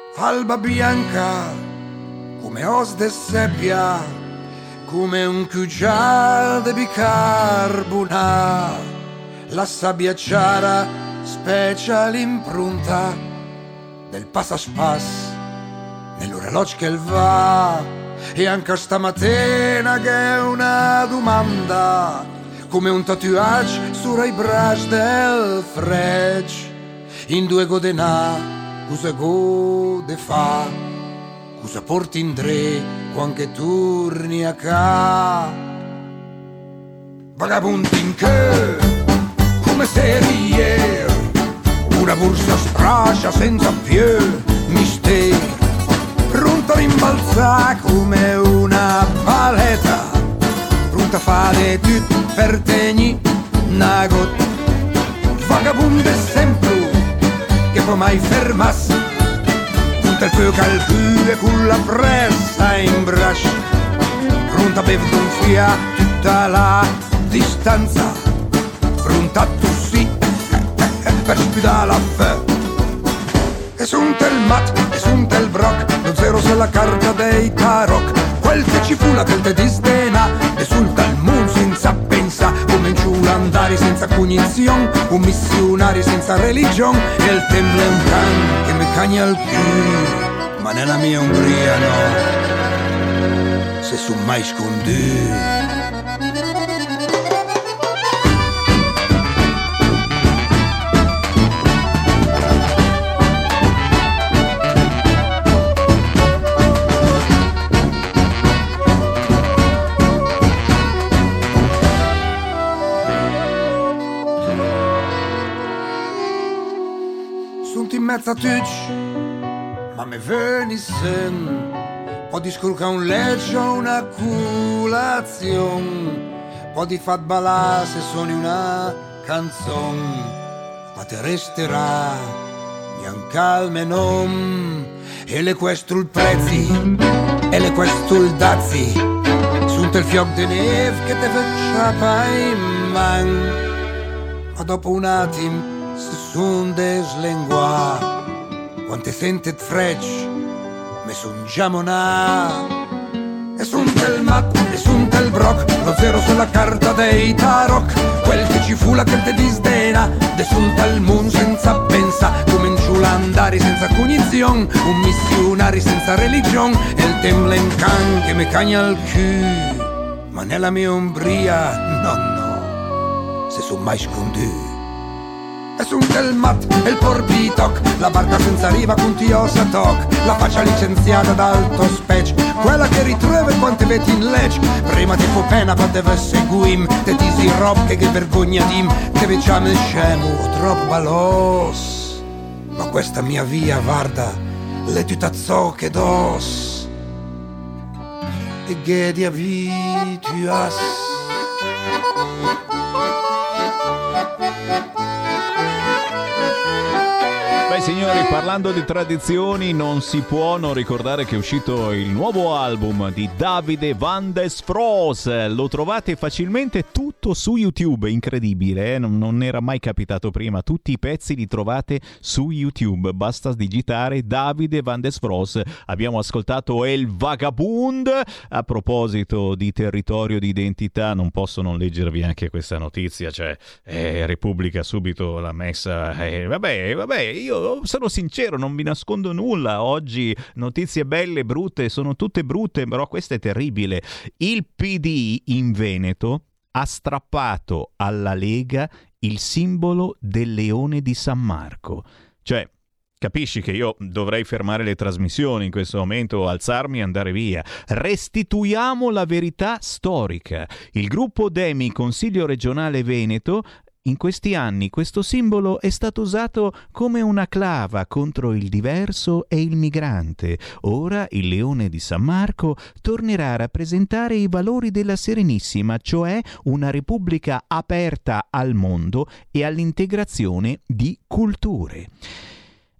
alba bianca come os de seppia, come un cugial de bicarbona, la sabbia chiara specie l'impronta del passaspas nell'orologio che va. E anche stamattina che è una domanda, come un tatuaggio sui braccia del freccio, in due godenà, cosa gode fa, cosa porti in tre quando torni a ca. Vagabondi in che, come serie, una borsa straccia senza più mistero, pronta a rimbalzare come una paletta, pronta a fare tutto per tegni una gotta. Vagabonde sempre che può mai fermarsi, pronta il tuo calcolo con la pressa in braccio, pronta a bevere un fia tutta la distanza, pronta a tossì per sputare la fe. E sunta il mat, e sunta il broc, lo zero sulla carta dei tarocchi, quel che ci fu la che te disdena, e sulta il moon senza pensa, come in ciula andare senza cognizione, un missionario senza religione, e il temple è un can che mi cagna il culo, ma nella mia Umbria no, se son mai sconduto. Mezza tuc, ma me venissem, può di scurca un leggio, una culazione, può di fat balà se suoni una canzone, ma te resterà bianca almeno, e le questo il prezzi, e le questo il dazi, sunt il fioc de neve che te faccia in man, ma dopo un attimo se son deslengua, quante sente frecce, me son giamona. E son del mat, e son del broc, lo zero sulla carta dei tarocchi, quel che ci fu la che te disdena, de sul del moon senza pensa, come in ciula andare senza cognizione, un missionario senza religione, e il temple in can che me cagna il cul, ma nella mia Umbria, no, se son mai sconduto. E sun del mat e il porbitoc, la barca senza riva con tiosa toc, la faccia licenziata d'alto spec, quella che ritreve quante veti in lecce, prima ti fu pena per deve seguim, te disi rob che vergogna dim, te veciame scemo, troppo balos, ma questa mia via guarda, le tutta zo che dos, e che di abituas. Beh signori, parlando di tradizioni non si può non ricordare che è uscito il nuovo album di Davide Van des Froes, lo trovate facilmente tutto su YouTube, incredibile, non era mai capitato prima, tutti i pezzi li trovate su YouTube, basta digitare Davide Van des Froes. Abbiamo ascoltato El Vagabond. A proposito di territorio di identità, non posso non leggervi anche questa notizia, cioè Repubblica subito l'ha messa, vabbè, io sono sincero, non vi nascondo nulla, oggi notizie belle, brutte, sono tutte brutte, però questa è terribile. Il PD in Veneto ha strappato alla Lega il simbolo del leone di San Marco, cioè capisci che io dovrei fermare le trasmissioni in questo momento, alzarmi e andare via. Restituiamo la verità storica. Il gruppo Demi, Consiglio regionale Veneto, in questi anni questo simbolo è stato usato come una clava contro il diverso e il migrante. Ora il leone di San Marco tornerà a rappresentare i valori della Serenissima, cioè una repubblica aperta al mondo e all'integrazione di culture.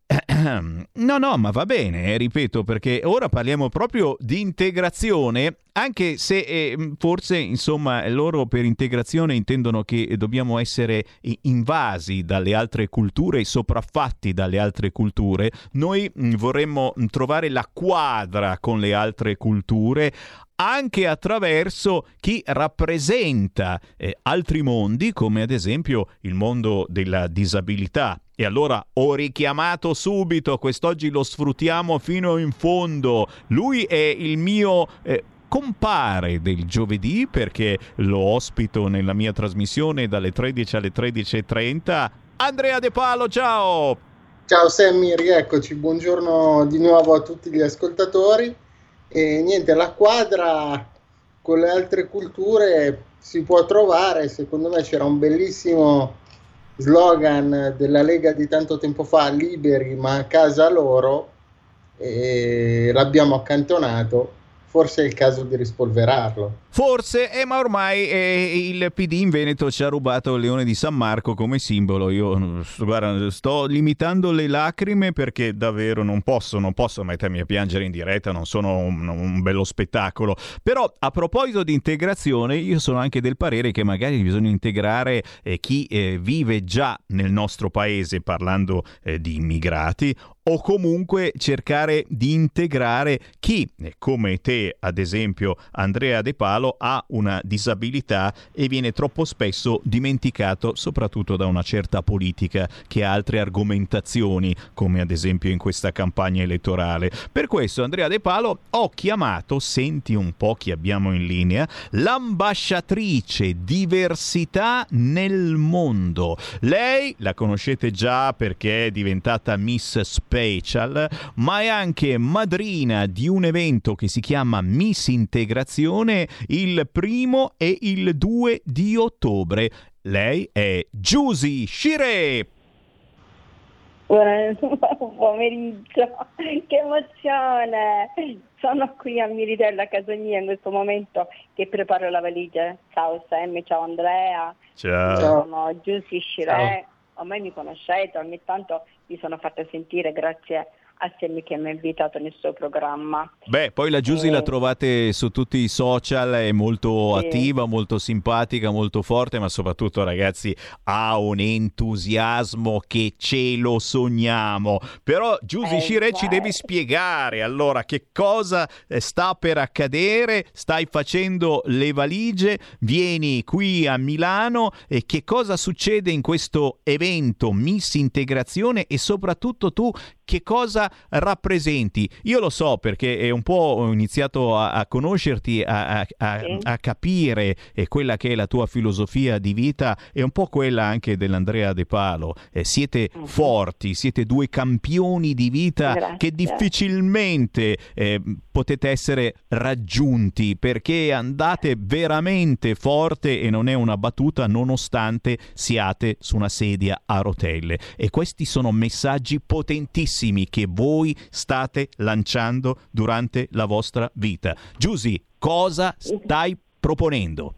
No, ma va bene, ripeto, perché ora parliamo proprio di integrazione, anche se forse, insomma, loro per integrazione intendono che dobbiamo essere invasi dalle altre culture, sopraffatti dalle altre culture. Noi vorremmo trovare la quadra con le altre culture, anche attraverso chi rappresenta altri mondi, come ad esempio il mondo della disabilità. E allora ho richiamato subito, quest'oggi lo sfruttiamo fino in fondo. Lui è il mio compare del giovedì, perché lo ospito nella mia trasmissione dalle 13 alle 13:30. Andrea De Palo, ciao! Ciao Sammy, rieccoci, buongiorno di nuovo a tutti gli ascoltatori. E niente, la quadra con le altre culture si può trovare. Secondo me c'era un bellissimo slogan della Lega di tanto tempo fa, liberi ma a casa loro, e l'abbiamo accantonato. Forse è il caso di rispolverarlo. Forse, ma ormai il PD in Veneto ci ha rubato il leone di San Marco come simbolo. Io, guarda, sto limitando le lacrime perché davvero non posso mettermi a piangere in diretta, non sono un bello spettacolo. Però a proposito di integrazione, io sono anche del parere che magari bisogna integrare chi vive già nel nostro paese, parlando di immigrati, o comunque cercare di integrare chi, come te ad esempio Andrea De Palo, ha una disabilità e viene troppo spesso dimenticato, soprattutto da una certa politica che ha altre argomentazioni, come ad esempio in questa campagna elettorale. Per questo, Andrea De Palo, ho chiamato, senti un po' chi abbiamo in linea, l'ambasciatrice diversità nel mondo. Lei la conoscete già perché è diventata Miss Special, ma è anche madrina di un evento che si chiama Miss Integrazione il 1 e il 2 di ottobre. Lei è Giusy Scire. Buon pomeriggio, che emozione! Sono qui a Militello, a casa mia, in questo momento che preparo la valigia. Ciao Sammy, ciao Andrea. Ciao. Sono Giusy Scire. Ormai mi conoscete, ogni tanto mi sono fatta sentire grazie a Sammy che mi ha invitato nel suo programma. Beh, poi la Giusy la trovate su tutti i social, è molto attiva, molto simpatica, molto forte, ma soprattutto, ragazzi, ha un entusiasmo che ce lo sogniamo. Però Giusy Scire ci devi spiegare allora che cosa sta per accadere. Stai facendo le valigie, vieni qui a Milano e che cosa succede in questo evento Miss Integrazione, e soprattutto tu che cosa rappresenti? Io lo so perché è un po' ho iniziato a conoscerti, a capire quella che è la tua filosofia di vita, e un po' quella anche dell'Andrea De Palo. Siete forti, siete due campioni di vita che difficilmente potete essere raggiunti, perché andate veramente forte e non è una battuta, nonostante siate su una sedia a rotelle. E questi sono messaggi potentissimi che voi state lanciando durante la vostra vita. Giusy, cosa stai proponendo?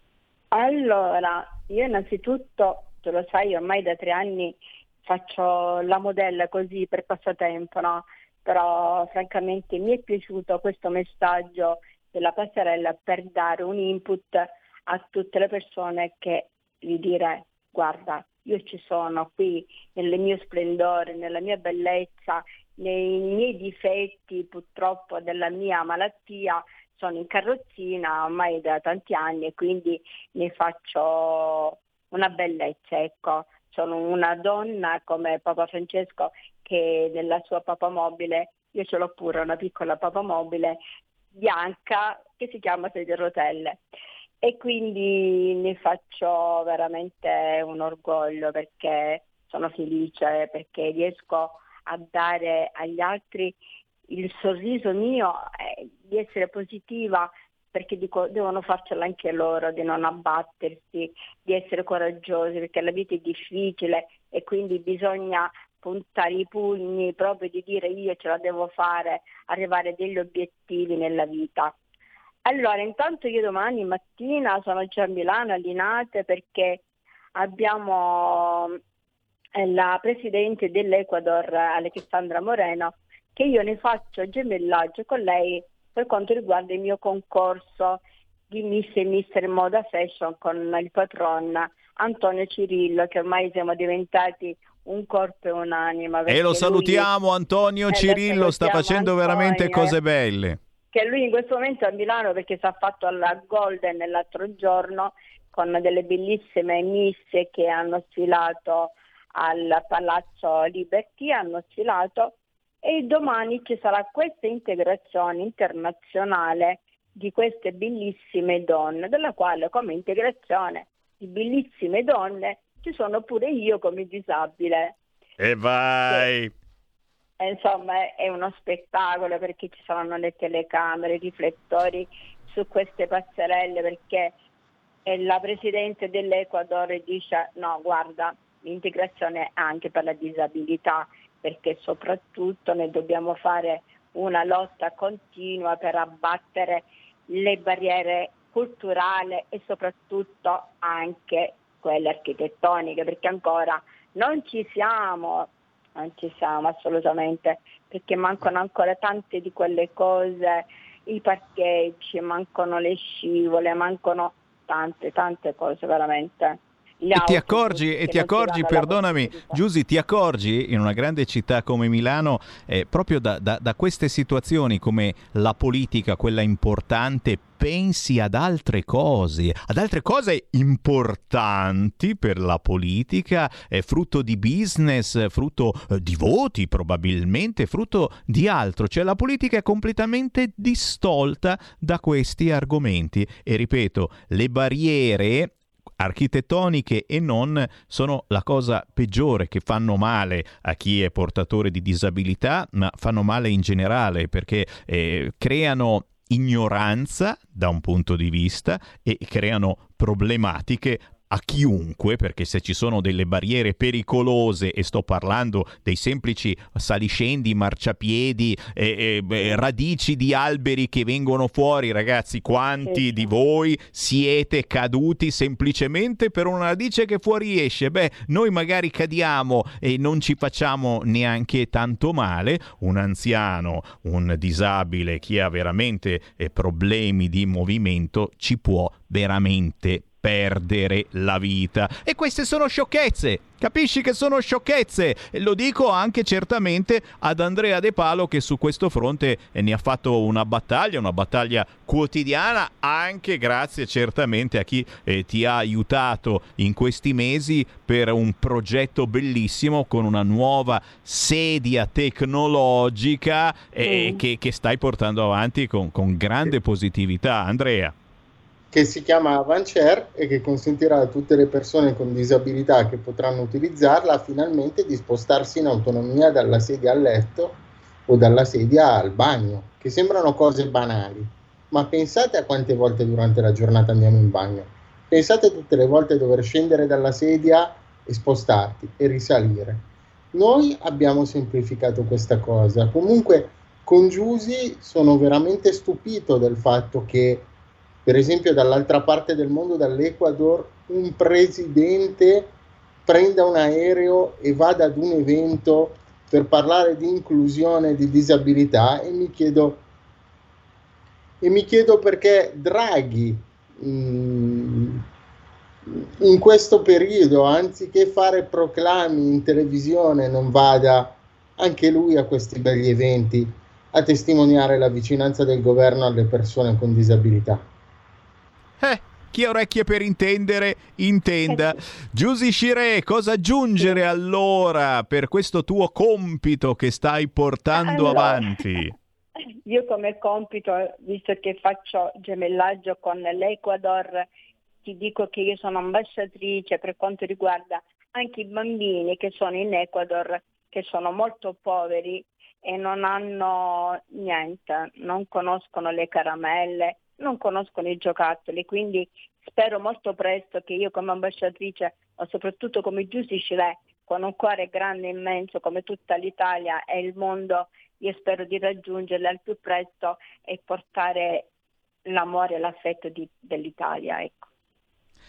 Allora, io innanzitutto, tu lo sai, ormai da 3 anni faccio la modella così per passatempo, no? Però francamente mi è piaciuto questo messaggio della passerella per dare un input a tutte le persone, che gli dire: guarda, io ci sono qui nel mio splendore, nella mia bellezza, nei miei difetti purtroppo della mia malattia. Sono in carrozzina ormai da tanti anni e quindi ne faccio una bellezza, ecco. Sono una donna come Papa Francesco, che nella sua papamobile, io ce l'ho pure una piccola papamobile bianca che si chiama sedia a rotelle. E quindi ne faccio veramente un orgoglio, perché sono felice, perché riesco a dare agli altri il sorriso mio, di essere positiva, perché dico devono farcela anche loro, di non abbattersi, di essere coraggiosi, perché la vita è difficile e quindi bisogna puntare i pugni, proprio di dire io ce la devo fare, arrivare a degli obiettivi nella vita. Allora, intanto io domani mattina sono già a Milano, a Linate, perché abbiamo la presidente dell'Ecuador, Alexandra Moreno, che io ne faccio gemellaggio con lei per quanto riguarda il mio concorso di Miss e Mister Moda Fashion con il patron Antonio Cirillo, che ormai siamo diventati un corpo e un'anima. E lo salutiamo, Antonio Cirillo, sta facendo Antonio, veramente cose belle. Che lui in questo momento è a Milano perché si è fatto alla Golden l'altro giorno con delle bellissime miss che hanno sfilato al Palazzo Liberty, e domani ci sarà questa integrazione internazionale di queste bellissime donne, della quale come integrazione di bellissime donne ci sono pure io come disabile. E vai! Insomma è uno spettacolo, perché ci saranno le telecamere, i riflettori su queste passerelle, perché la Presidente dell'Ecuador dice no, guarda, l'integrazione è anche per la disabilità, perché soprattutto noi dobbiamo fare una lotta continua per abbattere le barriere culturali e soprattutto anche quelle architettoniche, perché ancora non ci siamo assolutamente, perché mancano ancora tante di quelle cose, i parcheggi, mancano le scivole, mancano tante cose veramente. E ti accorgi, perdonami Giusy, ti accorgi in una grande città come Milano proprio da queste situazioni, come la politica, quella importante, pensi ad altre cose importanti per la politica, frutto di business, frutto di voti probabilmente, frutto di altro. Cioè la politica è completamente distolta da questi argomenti e ripeto, le barriere architettoniche e non sono la cosa peggiore, che fanno male a chi è portatore di disabilità, ma fanno male in generale, perché creano ignoranza da un punto di vista e creano problematiche a chiunque, perché se ci sono delle barriere pericolose, e sto parlando dei semplici saliscendi, marciapiedi, radici di alberi che vengono fuori, ragazzi, quanti di voi siete caduti semplicemente per una radice che fuoriesce? Noi magari cadiamo e non ci facciamo neanche tanto male. Un anziano, un disabile, chi ha veramente problemi di movimento, ci può veramente perdere la vita. E queste sono sciocchezze, capisci che sono sciocchezze? E lo dico anche certamente ad Andrea De Palo, che su questo fronte ne ha fatto una battaglia quotidiana, anche grazie certamente a chi ti ha aiutato in questi mesi per un progetto bellissimo con una nuova sedia tecnologica che stai portando avanti con grande positività, Andrea. Che si chiama Avancer e che consentirà a tutte le persone con disabilità che potranno utilizzarla finalmente di spostarsi in autonomia dalla sedia al letto o dalla sedia al bagno, che sembrano cose banali, ma pensate a quante volte durante la giornata andiamo in bagno, pensate a tutte le volte dover scendere dalla sedia e spostarti e risalire. Noi abbiamo semplificato questa cosa. Comunque con Giusy sono veramente stupito del fatto che, per esempio, dall'altra parte del mondo, dall'Ecuador, un presidente prenda un aereo e vada ad un evento per parlare di inclusione e di disabilità, e mi chiedo perché Draghi in questo periodo, anziché fare proclami in televisione, non vada anche lui a questi begli eventi a testimoniare la vicinanza del governo alle persone con disabilità. Chi ha orecchie per intendere, intenda. Giusy Chiré, cosa aggiungere allora per questo tuo compito che stai portando avanti? Io come compito, visto che faccio gemellaggio con l'Ecuador, ti dico che io sono ambasciatrice per quanto riguarda anche i bambini che sono in Ecuador, che sono molto poveri e non hanno niente, non conoscono le caramelle, non conoscono i giocattoli, quindi spero molto presto che io come ambasciatrice, ma soprattutto come Giusy Chiré, con un cuore grande e immenso come tutta l'Italia e il mondo, io spero di raggiungerle al più presto e portare l'amore e l'affetto dell'Italia, ecco.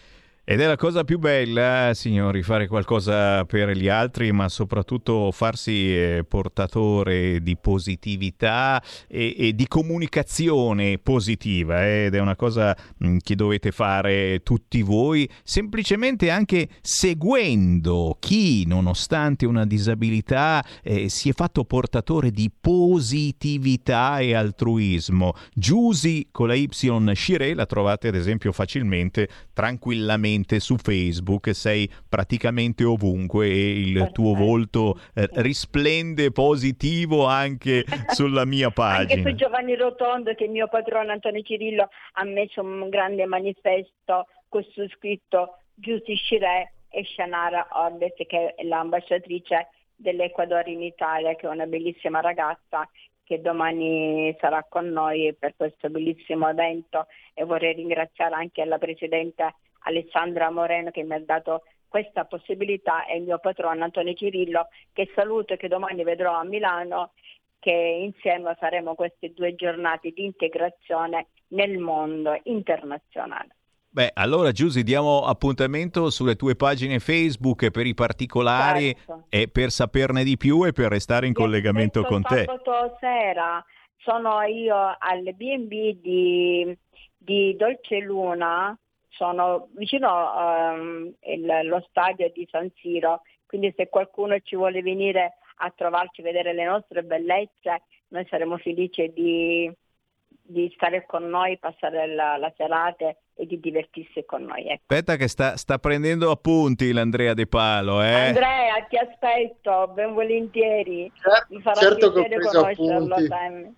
Ed è la cosa più bella, signori, fare qualcosa per gli altri, ma soprattutto farsi portatore di positività e di comunicazione positiva. Ed è una cosa che dovete fare tutti voi, semplicemente anche seguendo chi, nonostante una disabilità, si è fatto portatore di positività e altruismo. Giusy con la Y Shiré la trovate ad esempio facilmente, tranquillamente su Facebook, sei praticamente ovunque e il tuo volto risplende positivo anche sulla mia pagina. Anche su Giovanni Rotondo, che il mio patrono Antonio Cirillo ha messo un grande manifesto con su scritto Giusy Shiré e Shanara Ordes, che è l'ambasciatrice dell'Ecuador in Italia, che è una bellissima ragazza che domani sarà con noi per questo bellissimo evento, e vorrei ringraziare anche la Presidente Alessandra Moreno che mi ha dato questa possibilità, e il mio patrono Antonio Cirillo, che saluto e che domani vedrò a Milano, che insieme faremo queste 2 giornate di integrazione nel mondo internazionale. Beh, allora Giusy, diamo appuntamento sulle tue pagine Facebook per i particolari, certo, e per saperne di più e per restare in collegamento con te. Sabato sera sono io al B&B di Dolce Luna, sono vicino allo stadio di San Siro, quindi se qualcuno ci vuole venire a trovarci, vedere le nostre bellezze, noi saremo felici di stare con noi, passare la serata e di divertirsi con noi. Ecco. Aspetta che sta prendendo appunti l'Andrea De Palo. Andrea, ti aspetto, ben volentieri. Mi farà certo piacere conoscerlo, Sammy.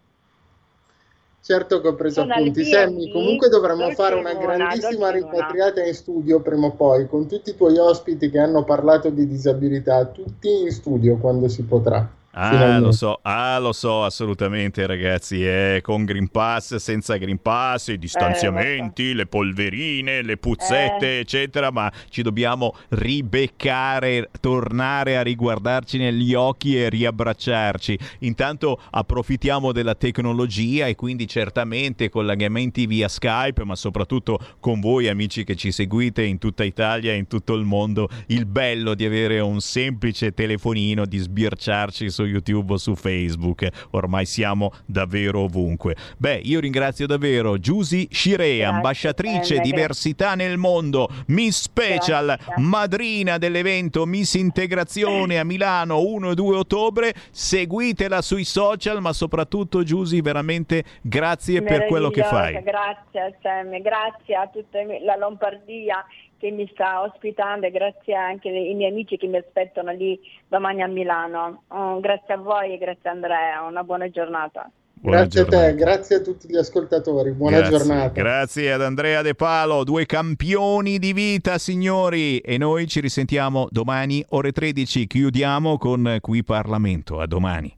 Certo che ho preso appunti. Sammy, comunque dovremmo fare una grandissima rimpatriata in studio prima o poi, con tutti i tuoi ospiti che hanno parlato di disabilità, tutti in studio quando si potrà. Lo so, assolutamente, ragazzi, con Green Pass, senza Green Pass, i distanziamenti, le polverine, le puzzette, eccetera, ma ci dobbiamo ribeccare, tornare a riguardarci negli occhi e riabbracciarci. Intanto approfittiamo della tecnologia e quindi certamente collegamenti via Skype, ma soprattutto con voi amici che ci seguite in tutta Italia e in tutto il mondo, il bello di avere un semplice telefonino, di sbirciarci su YouTube o su Facebook. Ormai siamo davvero ovunque. Beh, io ringrazio davvero Giusy Shiré, ambasciatrice diversità nel mondo, Miss Special, madrina dell'evento Miss Integrazione a Milano 1 e 2 ottobre. Seguitela sui social, ma soprattutto Giusy, veramente grazie per quello che fai. Grazie Sam, grazie a tutta la Lombardia che mi sta ospitando, e grazie anche ai miei amici che mi aspettano lì domani a Milano. Grazie a voi e grazie Andrea, una buona giornata. Grazie a te, grazie a tutti gli ascoltatori, buona giornata. Grazie ad Andrea De Palo, 2 campioni di vita, signori, e noi ci risentiamo domani ore 13, chiudiamo con Qui Parlamento. A domani.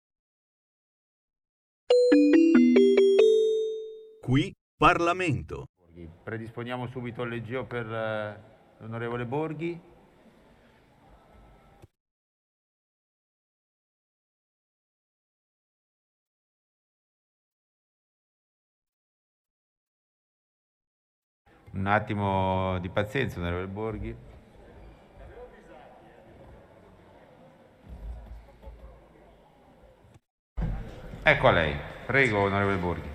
Qui Parlamento. Predisponiamo subito il leggio per l'onorevole Borghi. Un attimo di pazienza, onorevole Borghi. Ecco a lei. Prego, onorevole Borghi.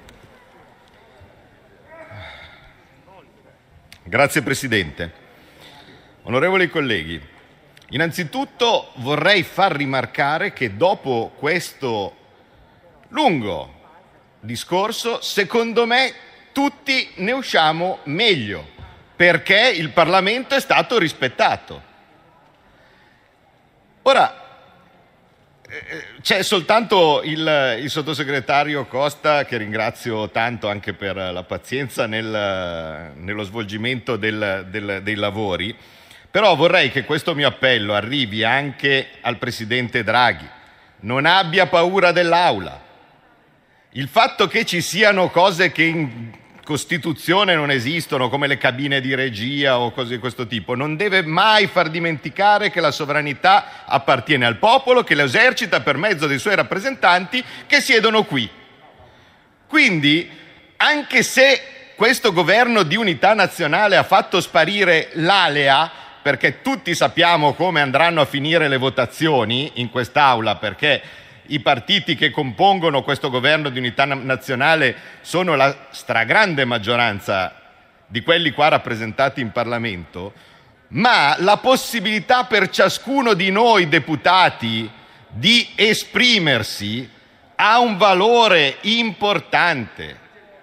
Grazie Presidente. Onorevoli colleghi, innanzitutto vorrei far rimarcare che dopo questo lungo discorso, secondo me, tutti ne usciamo meglio, perché il Parlamento è stato rispettato. Ora, c'è soltanto il sottosegretario Costa, che ringrazio tanto anche per la pazienza nello svolgimento dei lavori, però vorrei che questo mio appello arrivi anche al Presidente Draghi. Non abbia paura dell'Aula. Il fatto che ci siano cose che in Costituzione non esistono, come le cabine di regia o cose di questo tipo, non deve mai far dimenticare che la sovranità appartiene al popolo, che lo esercita per mezzo dei suoi rappresentanti che siedono qui. Quindi, anche se questo governo di unità nazionale ha fatto sparire l'alea, perché tutti sappiamo come andranno a finire le votazioni in quest'Aula, perché i partiti che compongono questo governo di unità nazionale sono la stragrande maggioranza di quelli qua rappresentati in Parlamento, ma la possibilità per ciascuno di noi deputati di esprimersi ha un valore importante.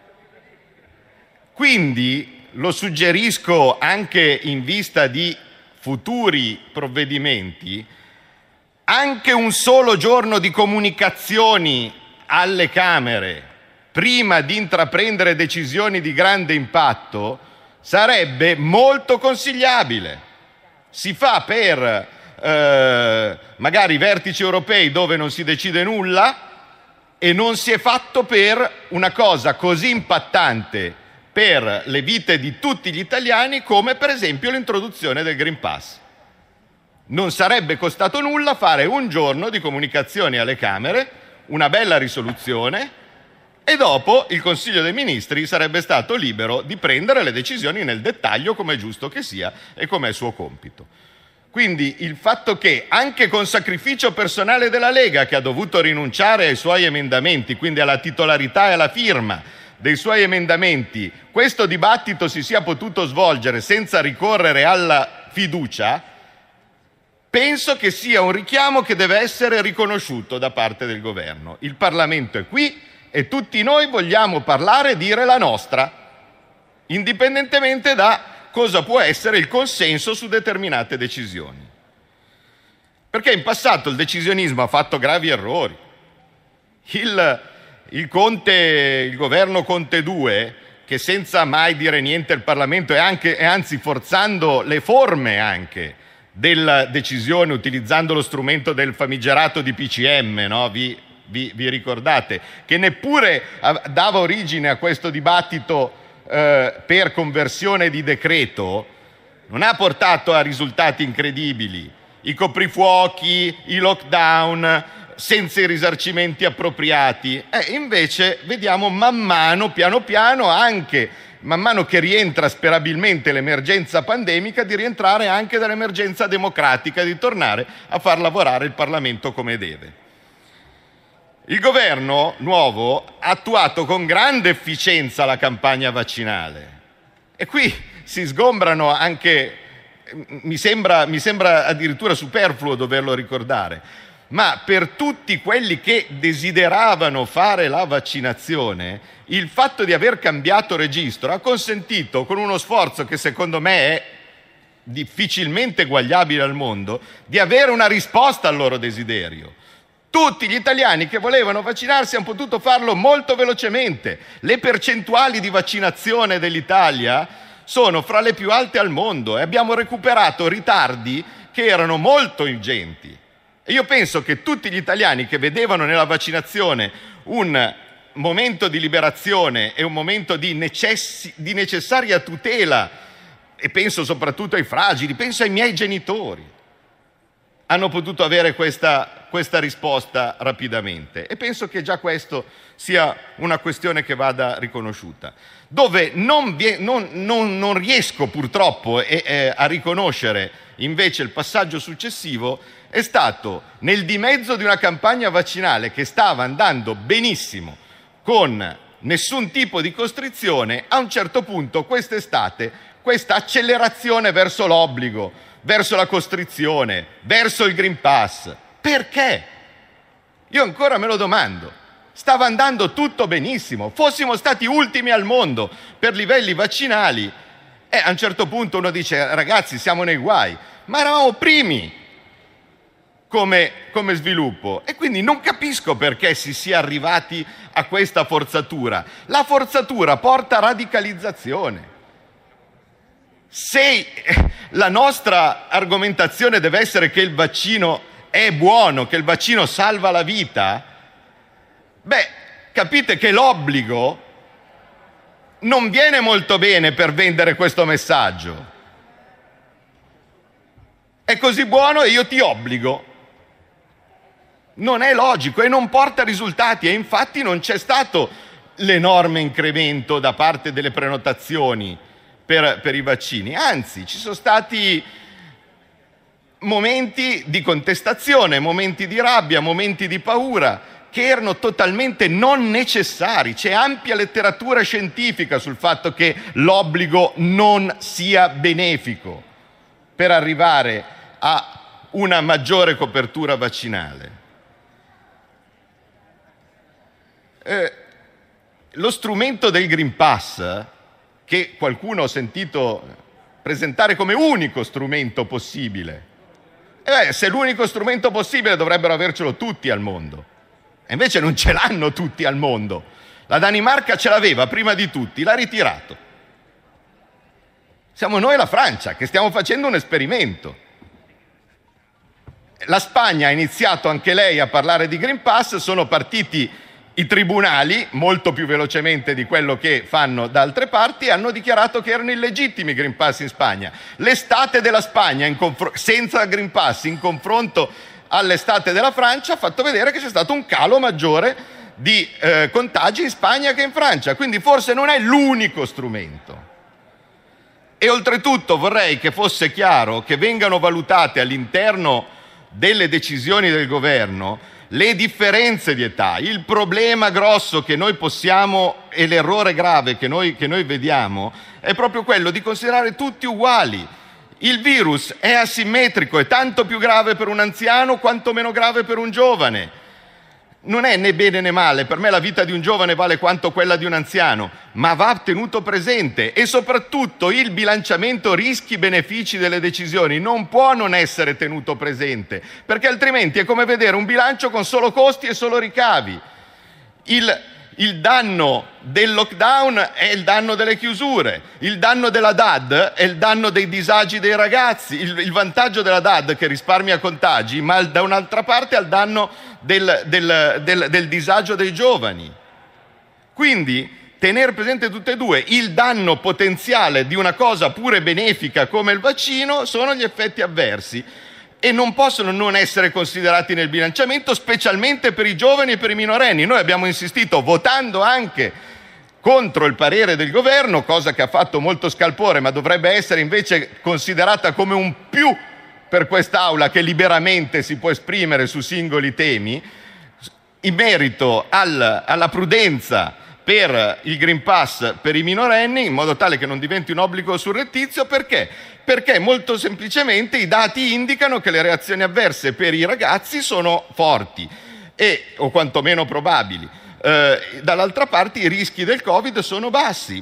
Quindi lo suggerisco anche in vista di futuri provvedimenti, anche un solo giorno di comunicazioni alle Camere prima di intraprendere decisioni di grande impatto sarebbe molto consigliabile. Si fa per magari vertici europei dove non si decide nulla, e non si è fatto per una cosa così impattante per le vite di tutti gli italiani come per esempio l'introduzione del Green Pass. Non sarebbe costato nulla fare un giorno di comunicazioni alle Camere, una bella risoluzione, e dopo il Consiglio dei Ministri sarebbe stato libero di prendere le decisioni nel dettaglio, come è giusto che sia e come è suo compito. Quindi il fatto che, anche con sacrificio personale della Lega, che ha dovuto rinunciare ai suoi emendamenti, quindi alla titolarità e alla firma dei suoi emendamenti, questo dibattito si sia potuto svolgere senza ricorrere alla fiducia, penso che sia un richiamo che deve essere riconosciuto da parte del governo. Il Parlamento è qui e tutti noi vogliamo parlare e dire la nostra, indipendentemente da cosa può essere il consenso su determinate decisioni. Perché in passato il decisionismo ha fatto gravi errori. Il governo Conte 2, che senza mai dire niente al Parlamento e anzi forzando le forme anche della decisione, utilizzando lo strumento del famigerato DPCM, no? Vi ricordate? Che neppure dava origine a questo dibattito per conversione di decreto, non ha portato a risultati incredibili. I coprifuochi, i lockdown, senza i risarcimenti appropriati. Invece vediamo man mano, piano piano, anche man mano che rientra sperabilmente l'emergenza pandemica, di rientrare anche dall'emergenza democratica, di tornare a far lavorare il Parlamento come deve. Il governo nuovo ha attuato con grande efficienza la campagna vaccinale e qui si sgombrano anche, mi sembra addirittura superfluo doverlo ricordare, ma per tutti quelli che desideravano fare la vaccinazione, il fatto di aver cambiato registro ha consentito, con uno sforzo che secondo me è difficilmente eguagliabile al mondo, di avere una risposta al loro desiderio. Tutti gli italiani che volevano vaccinarsi hanno potuto farlo molto velocemente. Le percentuali di vaccinazione dell'Italia sono fra le più alte al mondo e abbiamo recuperato ritardi che erano molto ingenti. E io penso che tutti gli italiani che vedevano nella vaccinazione un momento di liberazione e un momento di necessaria tutela, e penso soprattutto ai fragili, penso ai miei genitori, hanno potuto avere questa risposta rapidamente, e penso che già questo sia una questione che vada riconosciuta. Dove non riesco purtroppo a riconoscere invece il passaggio successivo è stato nel dimezzo di una campagna vaccinale che stava andando benissimo, con nessun tipo di costrizione. A un certo punto quest'estate questa accelerazione verso l'obbligo, verso la costrizione, verso il Green Pass. Perché? Io ancora me lo domando. Stava andando tutto benissimo, fossimo stati ultimi al mondo per livelli vaccinali, e a un certo punto uno dice: ragazzi, siamo nei guai, ma eravamo primi come sviluppo, e quindi non capisco perché si sia arrivati a questa forzatura. La forzatura porta a radicalizzazione. Se la nostra argomentazione deve essere che il vaccino è buono, che il vaccino salva la vita, capite che l'obbligo non viene molto bene per vendere questo messaggio. È così buono e io ti obbligo. Non è logico e non porta risultati, e infatti non c'è stato l'enorme incremento da parte delle prenotazioni per i vaccini, anzi ci sono stati momenti di contestazione, momenti di rabbia, momenti di paura che erano totalmente non necessari. C'è ampia letteratura scientifica sul fatto che l'obbligo non sia benefico per arrivare a una maggiore copertura vaccinale. Lo strumento del Green Pass, che qualcuno ho sentito presentare come unico strumento possibile, se è l'unico strumento possibile dovrebbero avercelo tutti al mondo. E invece non ce l'hanno tutti al mondo. La Danimarca ce l'aveva prima di tutti, l'ha ritirato. Siamo noi e la Francia che stiamo facendo un esperimento. La Spagna ha iniziato anche lei a parlare di Green Pass, sono partiti i tribunali molto più velocemente di quello che fanno da altre parti e hanno dichiarato che erano illegittimi i Green Pass in Spagna. L'estate della Spagna senza Green Pass in confronto all'estate della Francia ha fatto vedere che c'è stato un calo maggiore di contagi in Spagna che in Francia, quindi forse non è l'unico strumento. E oltretutto vorrei che fosse chiaro che vengano valutate all'interno delle decisioni del governo le differenze di età. Il problema grosso che noi possiamo e l'errore grave che noi vediamo è proprio quello di considerare tutti uguali. Il virus è asimmetrico, è tanto più grave per un anziano quanto meno grave per un giovane. Non è né bene né male, per me la vita di un giovane vale quanto quella di un anziano, ma va tenuto presente e soprattutto il bilanciamento rischi-benefici delle decisioni non può non essere tenuto presente, perché altrimenti è come vedere un bilancio con solo costi e solo ricavi. Il danno del lockdown è il danno delle chiusure, il danno della DAD è il danno dei disagi dei ragazzi, il vantaggio della DAD che risparmia contagi, ma da un'altra parte al danno del disagio dei giovani. Quindi tenere presente tutte e due, il danno potenziale di una cosa pure benefica come il vaccino sono gli effetti avversi e non possono non essere considerati nel bilanciamento, specialmente per i giovani e per i minorenni. Noi abbiamo insistito, votando anche contro il parere del governo, cosa che ha fatto molto scalpore, ma dovrebbe essere invece considerata come un più per quest'Aula che liberamente si può esprimere su singoli temi, in merito alla prudenza per il Green Pass per i minorenni, in modo tale che non diventi un obbligo surrettizio. Perché? Perché molto semplicemente i dati indicano che le reazioni avverse per i ragazzi sono forti o quantomeno probabili. Dall'altra parte i rischi del Covid sono bassi.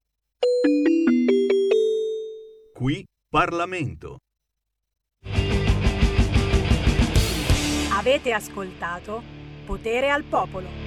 Qui Parlamento. Avete ascoltato Potere al Popolo.